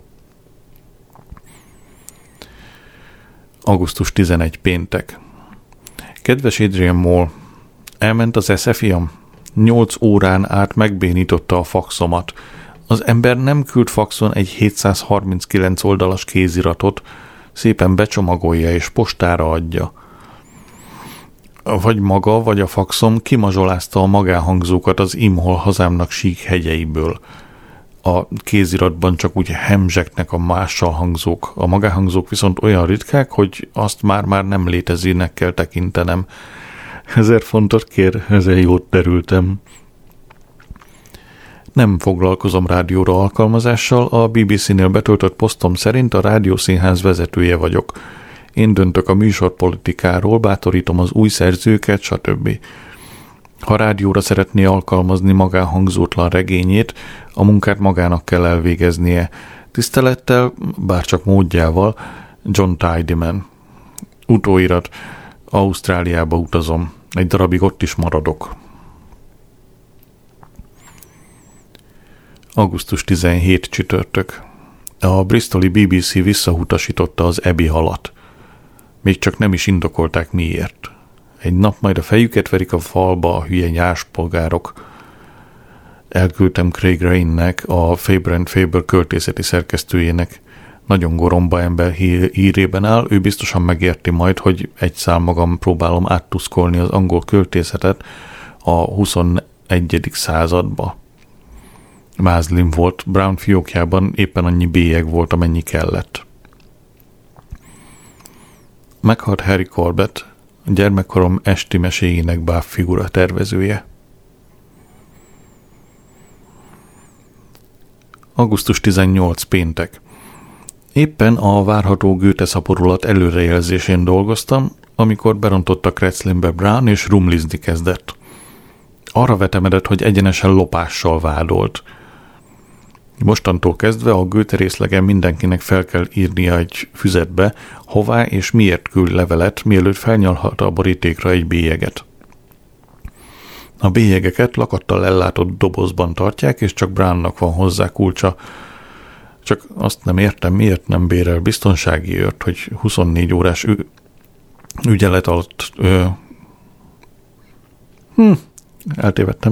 [SPEAKER 1] augusztus tizenegyedike péntek. Kedves Adrian Mole, elment az esze, fiam? Nyolc órán át megbénította a faxomat. Az ember nem küld faxon egy hétszázharminckilenc oldalas kéziratot, szépen becsomagolja és postára adja. Vagy maga, vagy a faxom kimazsolázta a magánhangzókat az Imhol hazámnak sík hegyeiből. A kéziratban csak úgy hemzsegnek a mással hangzók, a magánhangzók viszont olyan ritkák, hogy azt már-már nem létezőnek kell tekintenem. Ezer fontot kér, ezen jót derültem. Nem foglalkozom rádióra alkalmazással, a bé bé cé-nél betöltött posztom szerint a rádiószínház vezetője vagyok. Én döntök a műsorpolitikáról, bátorítom az új szerzőket, stb. Ha rádióra szeretné alkalmazni magánhangzótlan regényét, a munkát magának kell elvégeznie. Tisztelettel, bárcsak módjával, John Tidyman. Utóirat, Ausztráliába utazom. Egy darabig ott is maradok. augusztus tizenhetedike csütörtök. A bristoli bé bé cé visszautasította az Abby halat. Még csak nem is indokolták miért. Egy nap majd a fejüket verik a falba a hülye nyárspolgárok. Elküldtem Craig Rainnek, a Faber and Faber költészeti szerkesztőjének. Nagyon goromba ember hírében áll, ő biztosan megérti majd, hogy egy szál magam próbálom áttuszkolni az angol költészetet a huszonegyedik századba. Mázlim volt, Brown fiókjában éppen annyi bélyeg volt, amennyi kellett. Meghalt Harry Corbett, a gyermekkorom esti meséjének bábfigura tervezője. augusztus tizennyolcadika péntek. Éppen a várható Goethe-szaporulat előrejelzésén dolgoztam, amikor berontott a kreclinbe Brown, és rumlizni kezdett. Arra vetemedett, hogy egyenesen lopással vádolt. Mostantól kezdve a Goethe részlegen mindenkinek fel kell írnia egy füzetbe, hová és miért küld levelet, mielőtt felnyalhat a borítékra egy bélyeget. A bélyegeket lakattal ellátott dobozban tartják, és csak Brownnak van hozzá kulcsa. Csak azt nem értem, miért nem bérel biztonsági őrt, hogy huszonnégy órás ü- ügyelet alatt... Ö... Hm, eltévedtem.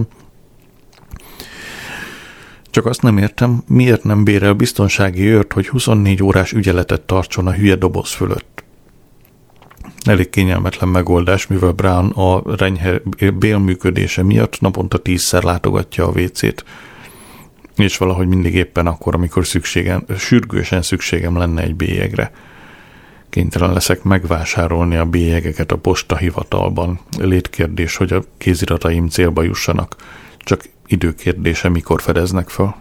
[SPEAKER 1] Csak azt nem értem, miért nem bérel biztonsági őrt, hogy huszonnégy órás ügyeletet tartson a hülye doboz fölött. Elég kényelmetlen megoldás, mivel Brown a renyhe bélműködése miatt naponta tízszer látogatja a vécét, és valahogy mindig éppen akkor, amikor szükségem, sürgősen szükségem lenne egy bélyegre. Kénytelen leszek megvásárolni a bélyegeket a postahivatalban. Létkérdés, hogy a kézirataim célba jussanak. Csak időkérdése, mikor fedeznek fel.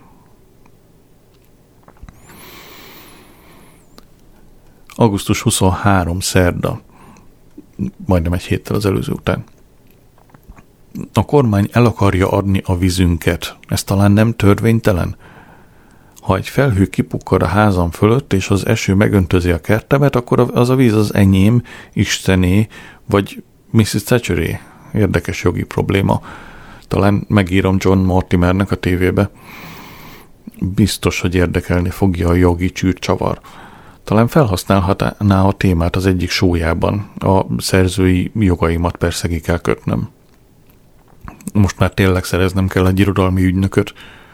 [SPEAKER 1] augusztus huszonharmadika szerda. Majdnem egy héttel az előző után. A kormány el akarja adni a vízünket. Ez talán nem törvénytelen? Ha egy felhő kipukkad a házam fölött, és az eső megöntözi a kertemet, akkor az a víz az enyém, Istené, vagy missziz Thatcheré. Érdekes jogi probléma. Talán megírom John Mortimernek a tévébe. Biztos, hogy érdekelni fogja a jogi csűrcsavar. Talán felhasználhatná a témát az egyik showyában. A szerzői jogaimat persze ki kell kötnöm. Most már tényleg szereznem kell egy irodalmi ügynököt.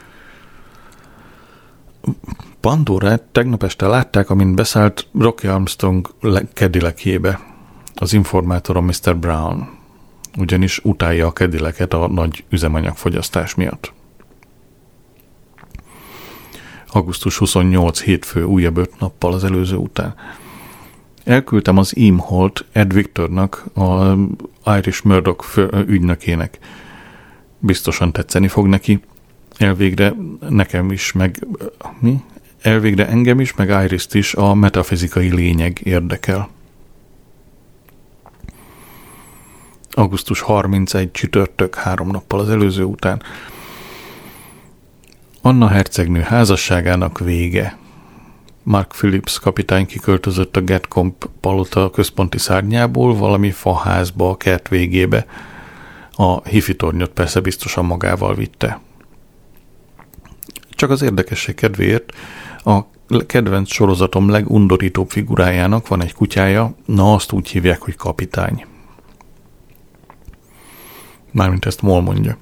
[SPEAKER 1] Pandorát tegnap este látták, amint beszállt Rocky Armstrong Cadillacjébe. Az informátorom miszter Brown. Ugyanis utálja a Cadillacet a nagy üzemanyagfogyasztás miatt. augusztus huszonnyolcadika hétfő, újabb öt nappal az előző után. Elküldtem az e-mailt Ed Victornak, a Irish Murdoch ügynökének. Biztosan tetszeni fog neki. Elvégre nekem is, meg mi? Elvégre engem is, meg Iris-t is a metafizikai lényeg érdekel. augusztus harmincadika csütörtök, három nappal az előző után. Anna hercegnő házasságának vége. Mark Phillips kapitány kiköltözött a Gatcombe palota központi szárnyából valami faházba a kert végébe. A hifitornyot persze biztosan magával vitte. Csak az érdekesség kedvéért a kedvenc sorozatom legundorítóbb figurájának van egy kutyája, na azt úgy hívják, hogy kapitány. Mármint ezt Moll mondja.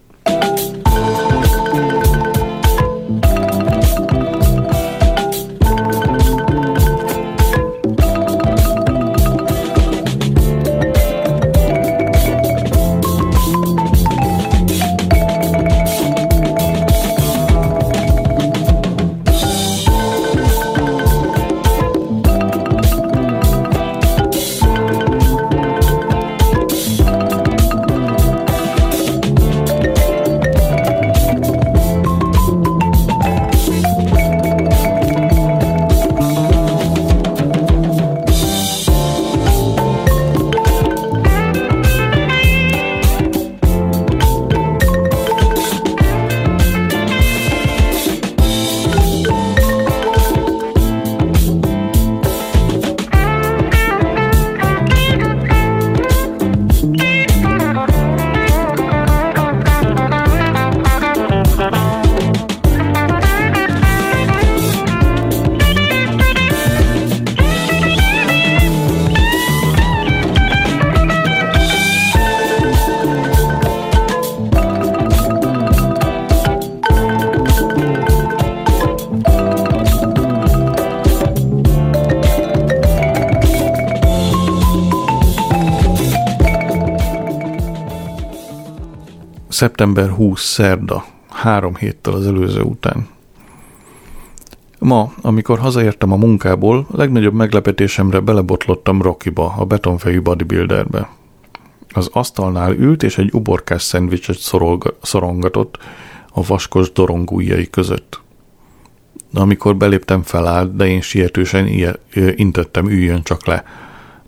[SPEAKER 1] szeptember huszadika szerda, három héttel az előző után. Ma, amikor hazaértem a munkából, legnagyobb meglepetésemre belebotlottam Rockyba, a betonfejű bodybuilderbe. Az asztalnál ült, és egy uborkás szendvicset szorolga, szorongatott a vaskos dorongujjai között. Amikor beléptem, felállt, de én sietősen ilyen, intettem, üljön csak le.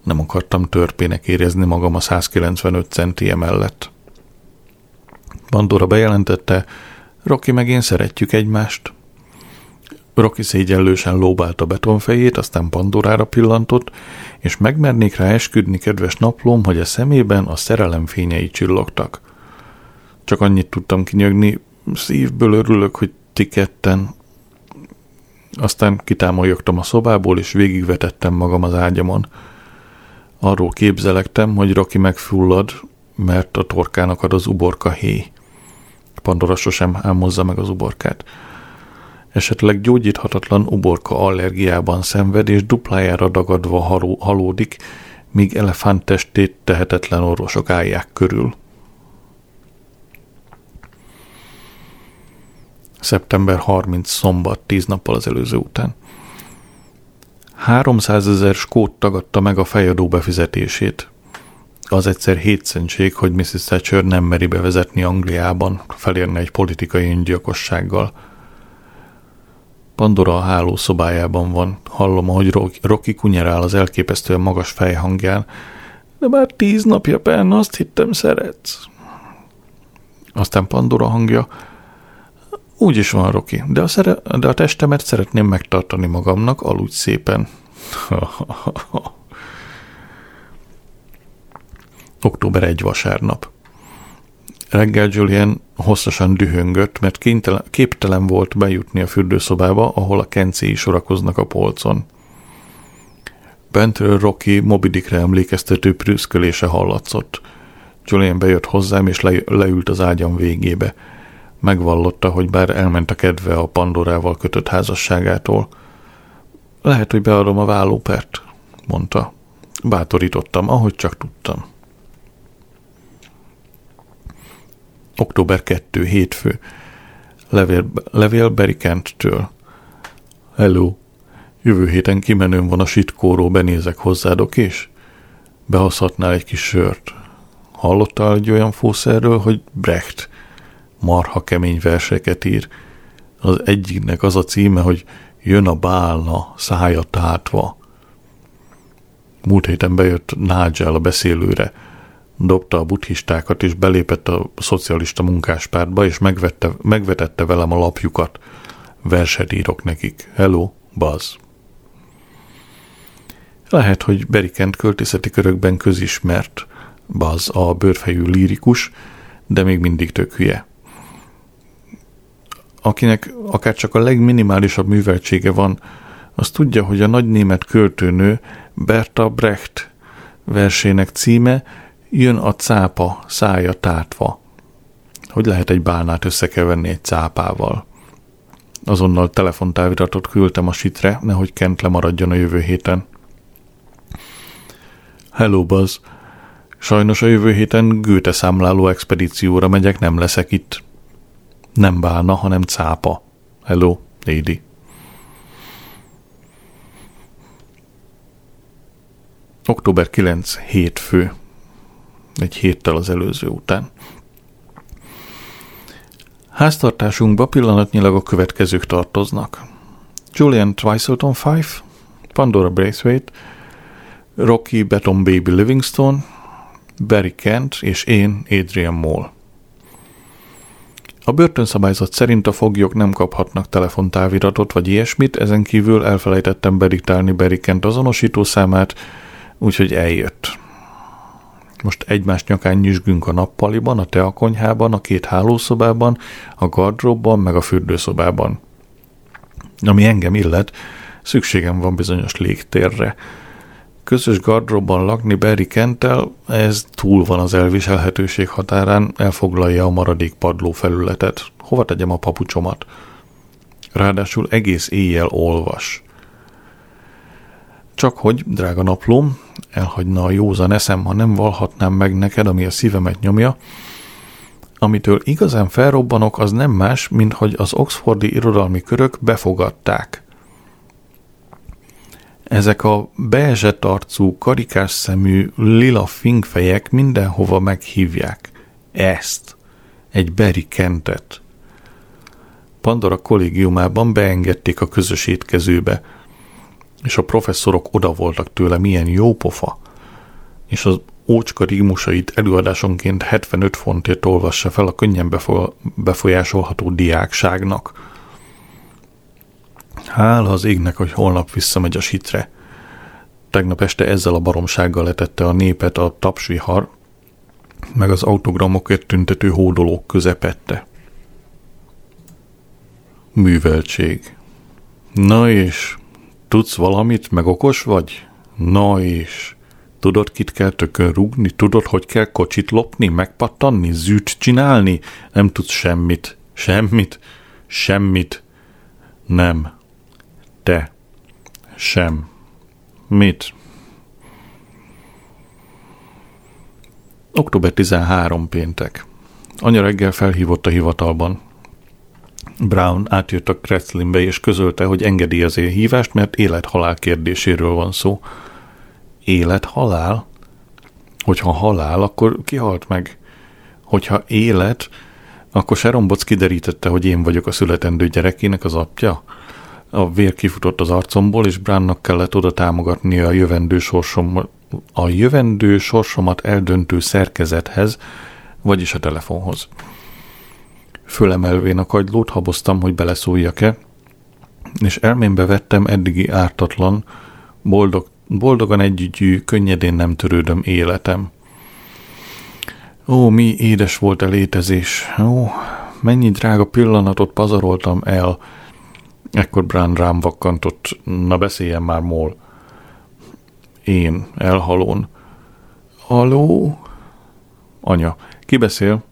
[SPEAKER 1] Nem akartam törpének érezni magam a százkilencvenöt centie mellett. Pandora bejelentette, Rocky meg én szeretjük egymást. Rocky szégyellősen lóbált a betonfejét, aztán Pandorára pillantott, és megmernék rá esküdni, kedves naplóm, hogy a szemében a szerelem fényei csillogtak. Csak annyit tudtam kinyögni, szívből örülök, hogy ti ketten. Aztán kitámolyogtam a szobából, és végigvetettem magam az ágyamon. Arról képzelektem, hogy Rocky megfullad, mert a torkának ad az uborka héj. Pandora sosem álmozza meg az uborkát. Esetleg gyógyíthatatlan uborka allergiában szenved, és duplájára dagadva haló, halódik, míg elefánt testét tehetetlen orvosok állják körül. szeptember harmincadika szombat, tíz nappal az előző után. háromszázezer skót tagadta meg a fejadó befizetését. Az egyszer hétszentség, hogy missziz Thatcher nem meri bevezetni Angliában, felérne egy politikai öngyilkossággal. Pandora a hálószobájában van. Hallom, ahogy Rocky kunyerál az elképesztően magas fejhangján. De már tíz napja, Pen, azt hittem szeretsz. Aztán Pandora hangja. Úgy is van, Rocky, de a, szere- de a testemet szeretném megtartani magamnak, aludj szépen. október elsejé vasárnap. Reggel Julian hosszasan dühöngött, mert kénytelen, képtelen volt bejutni a fürdőszobába, ahol a kencéi sorakoznak a polcon. Bentről Rocky Moby Dickre emlékeztető prüszkölése hallatszott. Julian bejött hozzám, és le, leült az ágyam végébe. Megvallotta, hogy bár elment a kedve a Pandorával kötött házasságától. Lehet, hogy beadom a vállópert, mondta. Bátorítottam, ahogy csak tudtam. október elsejé hétfő. Levél, levél Barry Kenttől. Hello, jövő héten kimenőm van a sitkóról, benézek hozzád, okés? Behozhatnál egy kis sört. Hallottál egy olyan fószerről, hogy Brecht marha kemény verseket ír. Az egyiknek az a címe, hogy Jön a bálna, szája tátva. Múlt héten bejött Nigel a beszélőre, dobta a buddhistákat, és belépett a szocialista munkáspártba, és megvette, megvetette velem a lapjukat. Verset írok nekik. Hello, Buzz. Lehet, hogy Barry Kent költészeti körökben közismert, Buzz a bőrfejű lírikus, de még mindig tök hülye. Akinek akár csak a legminimálisabb műveltsége van, az tudja, hogy a nagy német költőnő Berta Brecht versének címe Jön a cápa, szája tátva. Hogy lehet egy bálnát összekeverni egy cápával? Azonnal telefontáviratot küldtem a sitre, nehogy Kent lemaradjon a jövő héten. Hello, Buzz. Sajnos a jövő héten Goethe számláló expedícióra megyek, nem leszek itt. Nem bálna, hanem cápa. Hello, lady. október kilencedike hétfő. Egy héttel az előző után. Háztartásunkba pillanatnyilag a következők tartoznak. Julian Twistleton Fife, Pandora Braithwaite, Rocky Beton Baby Livingstone, Barry Kent és én, Adrian Mole. A börtönszabályzat szerint a foglyok nem kaphatnak telefontáviratot vagy ilyesmit, ezen kívül elfelejtettem bediktálni Barry Kent azonosítószámát, úgyhogy eljött. Most egymás nyakán nyüzsgünk a nappaliban, a teakonyhában, a két hálószobában, a gardróbban, meg a fürdőszobában. Ami engem illet, szükségem van bizonyos légtérre. Közös gardróbban lakni Barry Kenttel, ez túl van az elviselhetőség határán, elfoglalja a maradék padló felületet. Hova tegyem a papucsomat? Ráadásul egész éjjel olvas. Csak hogy, drága naplóm, elhagyna a józan eszem, ha nem valhatnám meg neked, ami a szívemet nyomja. Amitől igazán felrobbanok, az nem más, mint hogy az oxfordi irodalmi körök befogadták. Ezek a beesett arcú, karikás szemű, lila fingfejek mindenhova meghívják. Ezt. Egy Barry Kentet. Pandora kollégiumában beengedték a közös étkezőbe, és a professzorok oda voltak tőle, milyen jó pofa. és az ócska rímusait előadásonként hetvenöt fontért olvassa fel a könnyen befolyásolható diákságnak. Hála az égnek, hogy holnap visszamegy a sitre. Tegnap este ezzel a baromsággal letette a népet a tapsvihar, meg az autogramokért tüntető hódolók közepette. Műveltség. Na és, tudsz valamit, meg okos vagy? Na és, tudod, kit kell tökön rúgni? Tudod, hogy kell kocsit lopni, megpattanni, zűt csinálni? Nem tudsz semmit. Semmit. Semmit. Nem. Te. Sem. Mit? október tizenharmadika péntek. Anya reggel felhívott a hivatalban. Brown átjött a Kretzlinbe és közölte, hogy engedélyezi a hívást, mert élet-halál kérdéséről van szó. Élet-halál? Hogyha halál, akkor ki halt meg? Hogyha élet, akkor Sharon Botts kiderítette, hogy én vagyok a születendő gyerekének az apja. A vér kifutott az arcomból, és Brownnak kellett oda támogatnia a jövendő sorsom, a jövendő sorsomat eldöntő szerkezethez, vagyis a telefonhoz. Fölemelvén a kagylót haboztam, hogy beleszóljak-e, és elmémbe vettem eddigi ártatlan, boldog, boldogan együgyű, könnyedén nem törődöm életem. Ó, mi édes volt a létezés! Ó, mennyi drága pillanatot pazaroltam el! Ekkor Brown rám vakkantott, na beszéljen már, Moll. Én, elhalón. Haló? Anya, ki beszél?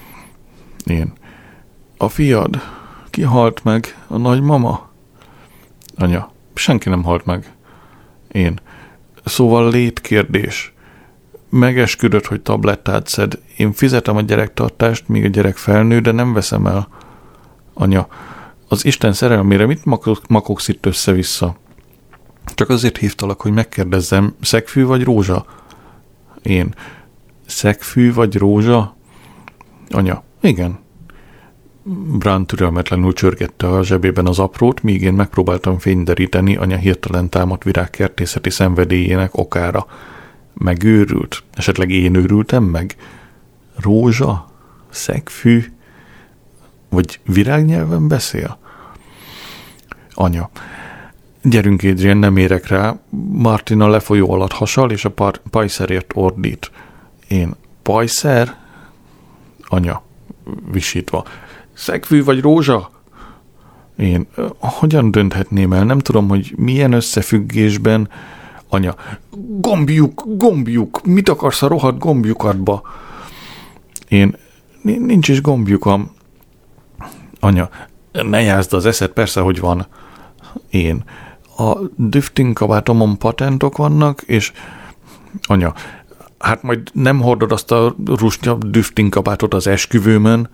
[SPEAKER 1] Én. A fiad. Ki halt meg? A nagymama? Anya. Senki nem halt meg. Én. Szóval létkérdés. Megesküdött, hogy tablettát szed. Én fizetem a gyerektartást, míg a gyerek felnő, de nem veszem el. Anya. Az Isten szerelmére mit makogsz itt össze-vissza? Csak azért hívtalak, hogy megkérdezzem, szegfű vagy rózsa? Én. Szegfű vagy rózsa? Anya. Igen. Brown türelmetlenül csörgette a zsebében az aprót, míg én megpróbáltam fényderíteni anya hirtelen támadt virágkertészeti szenvedélyének okára. Megőrült? Esetleg én őrültem meg? Rózsa? Szegfű? Vagy virágnyelven beszél? Anya. Gyerünk, Adrian, nem érek rá. Martin a lefolyó alatt hasal, és a par- pajszerért ordít. Én. Pajszer? Anya. Visítva. Szegfű vagy rózsa? Én. Hogyan dönthetném el? Nem tudom, hogy milyen összefüggésben. Anya. Gombjuk, gombjuk! Mit akarsz a rohadt gombjukatba? Én. Nincs is gombjukom. Anya. Ne jázd az eszed, persze, hogy van. Én. A drifting kabátomon patentok vannak, és anya, hát majd nem hordod azt a rustya drifting kabátot az esküvőmön.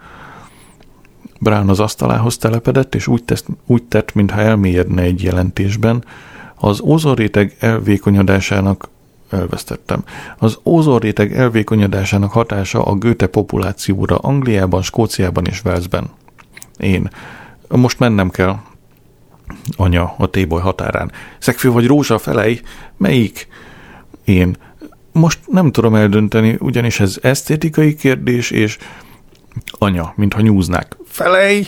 [SPEAKER 1] Brown az asztalához telepedett, és úgy, tesz, úgy tett, mintha elmélyedne egy jelentésben. Az ózonréteg elvékonyodásának elvesztettem. Az ózonréteg elvékonyodásának hatása a Goethe populációra Angliában, Skóciában és Walesben. Én. Most mennem kell. Anya a téboly határán. Szegfű vagy rózsa, felej? Melyik? Én. Most nem tudom eldönteni, ugyanis ez esztétikai kérdés, és anya, mintha nyúznák. Felej!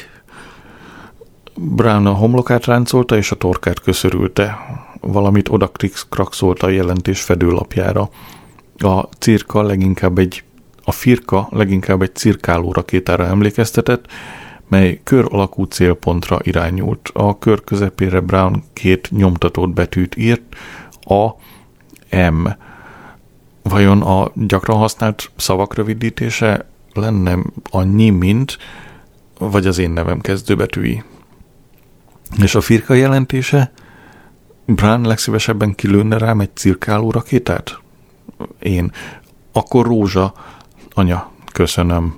[SPEAKER 1] Brown a homlokát ráncolta, és a torkát köszörülte. Valamit oda krakszolta a jelentés fedőlapjára. A cirka leginkább egy, a firka leginkább egy cirkáló rakétára emlékeztetett, mely kör alakú célpontra irányult. A kör közepére Brown két nyomtatott betűt írt, A M. Vajon a gyakran használt szavak rövidítése lenne annyi, mint, vagy az én nevem kezdőbetűi? És a firka jelentése? Brown legszívesebben kilőne rám egy cirkáló rakétát? Én. Akkor rózsa. Anya, köszönöm.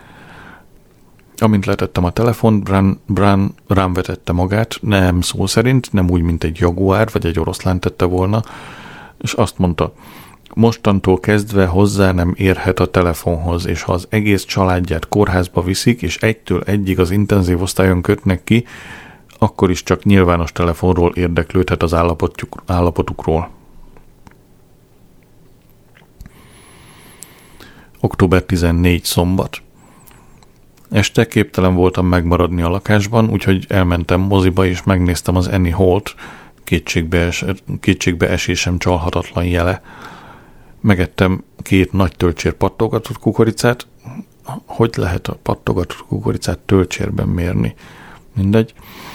[SPEAKER 1] Amint letettem a telefont, Brown, Brown rám vetette magát, nem szó szerint, nem úgy, mint egy jaguár vagy egy oroszlán tette volna, és azt mondta, mostantól kezdve hozzá nem érhet a telefonhoz, és ha az egész családját kórházba viszik, és egytől egyig az intenzív osztályon kötnek ki, akkor is csak nyilvános telefonról érdeklődhet az állapotuk, állapotukról. október tizennégyedike szombat. Este képtelen voltam megmaradni a lakásban, úgyhogy elmentem moziba és megnéztem az Annie Hall-t, kétségbees, kétségbeesésem csalhatatlan jele. Megettem két nagy tölcsér pattogatott kukoricát. Hogy lehet a pattogatott kukoricát tölcsérben mérni? Mindegy.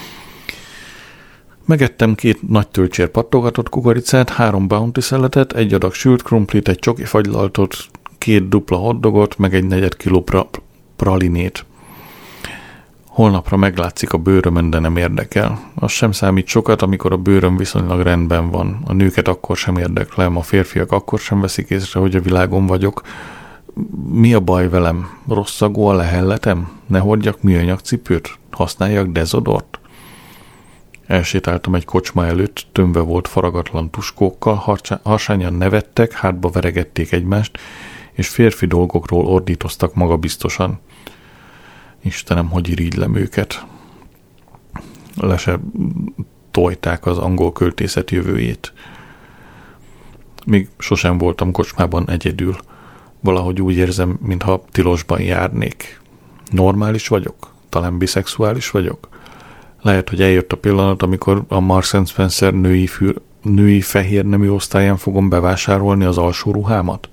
[SPEAKER 1] Megettem két nagy tölcsér pattogatott kukoricát, három bounty szeletet, egy adag sült krumplit, egy csoki fagylaltot, két dupla hotdogot, meg egy negyed kiló pra- pralinét. Holnapra meglátszik a bőrömön, de nem érdekel. Az sem számít sokat, amikor a bőröm viszonylag rendben van. A nőket akkor sem érdeklem, a férfiak akkor sem veszik észre, hogy a világon vagyok. Mi a baj velem? Rosszagó a lehelletem? Ne hordjak műanyag cipőt? Használjak dezodort? Elsétáltam egy kocsma előtt, tömve volt faragatlan tuskókkal, harsányan nevettek, hátba veregették egymást, és férfi dolgokról ordítoztak magabiztosan. Istenem, hogy irigylem őket. Le se tojták az angol költészet jövőjét. Még sosem voltam kocsmában egyedül. Valahogy úgy érzem, mintha tilosban járnék. Normális vagyok? Talán biszexuális vagyok? Lehet, hogy eljött a pillanat, amikor a Marks and Spencer női, für, női fehér nemű osztályán fogom bevásárolni az alsó ruhámat?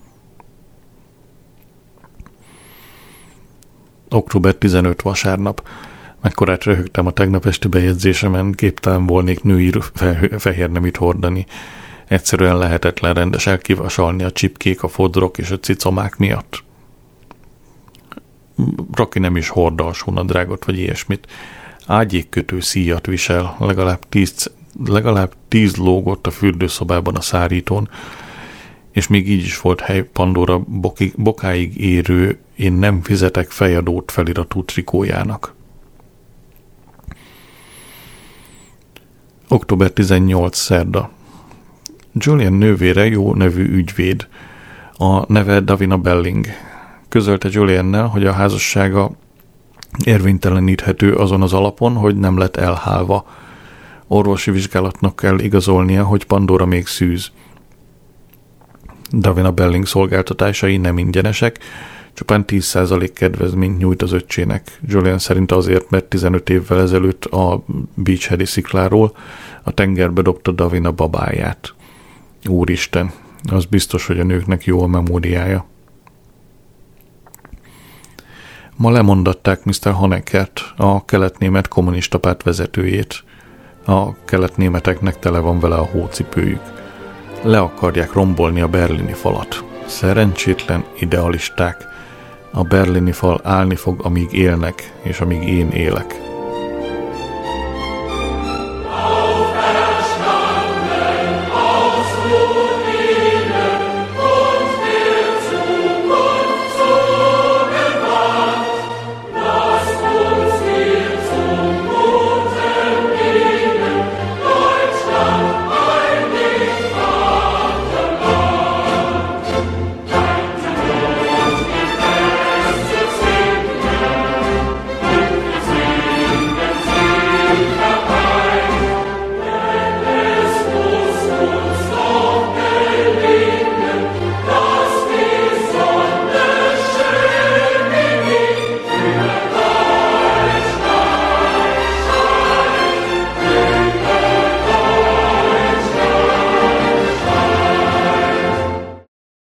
[SPEAKER 1] október tizenötödike vasárnap. Mekkorát röhögtem a tegnap esti bejegyzésemen, képtelen volnék női fehér neműt hordani. Egyszerűen lehetetlen rendes elkivasalni a csipkék, a fodrok és a cicomák miatt. Rocky nem is hord alsónadrágot vagy ilyesmit. Ágyékkötő szíjat visel, legalább tíz, legalább tíz lógott a fürdőszobában a szárítón, és még így is volt hely Pandora boki, bokáig érő én nem fizetek fejadót feliratú trikójának. október tizennyolcadika szerda. Julian nővére jó nevű ügyvéd. A neve Davina Belling. Közölte Juliannel, hogy a házassága érvényteleníthető azon az alapon, hogy nem lett elhálva. Orvosi vizsgálatnak kell igazolnia, hogy Pandora még szűz. Davina Belling szolgáltatásai nem ingyenesek, csupán tíz százalék kedvezményt nyújt az öccsének. Julian szerint azért, mert tizenöt évvel ezelőtt a Beachheadi szikláról a tengerbe dobta Davina babáját. Úristen, az biztos, hogy a nőknek jó a memóriája. Ma lemondatták miszter Honeckert, a keletnémet kommunista párt vezetőjét. A keletnémeteknek tele van vele a hócipőjük. Le akarják rombolni a berlini falat. Szerencsétlen idealisták. A berlini fal állni fog, amíg élnek, és amíg én élek.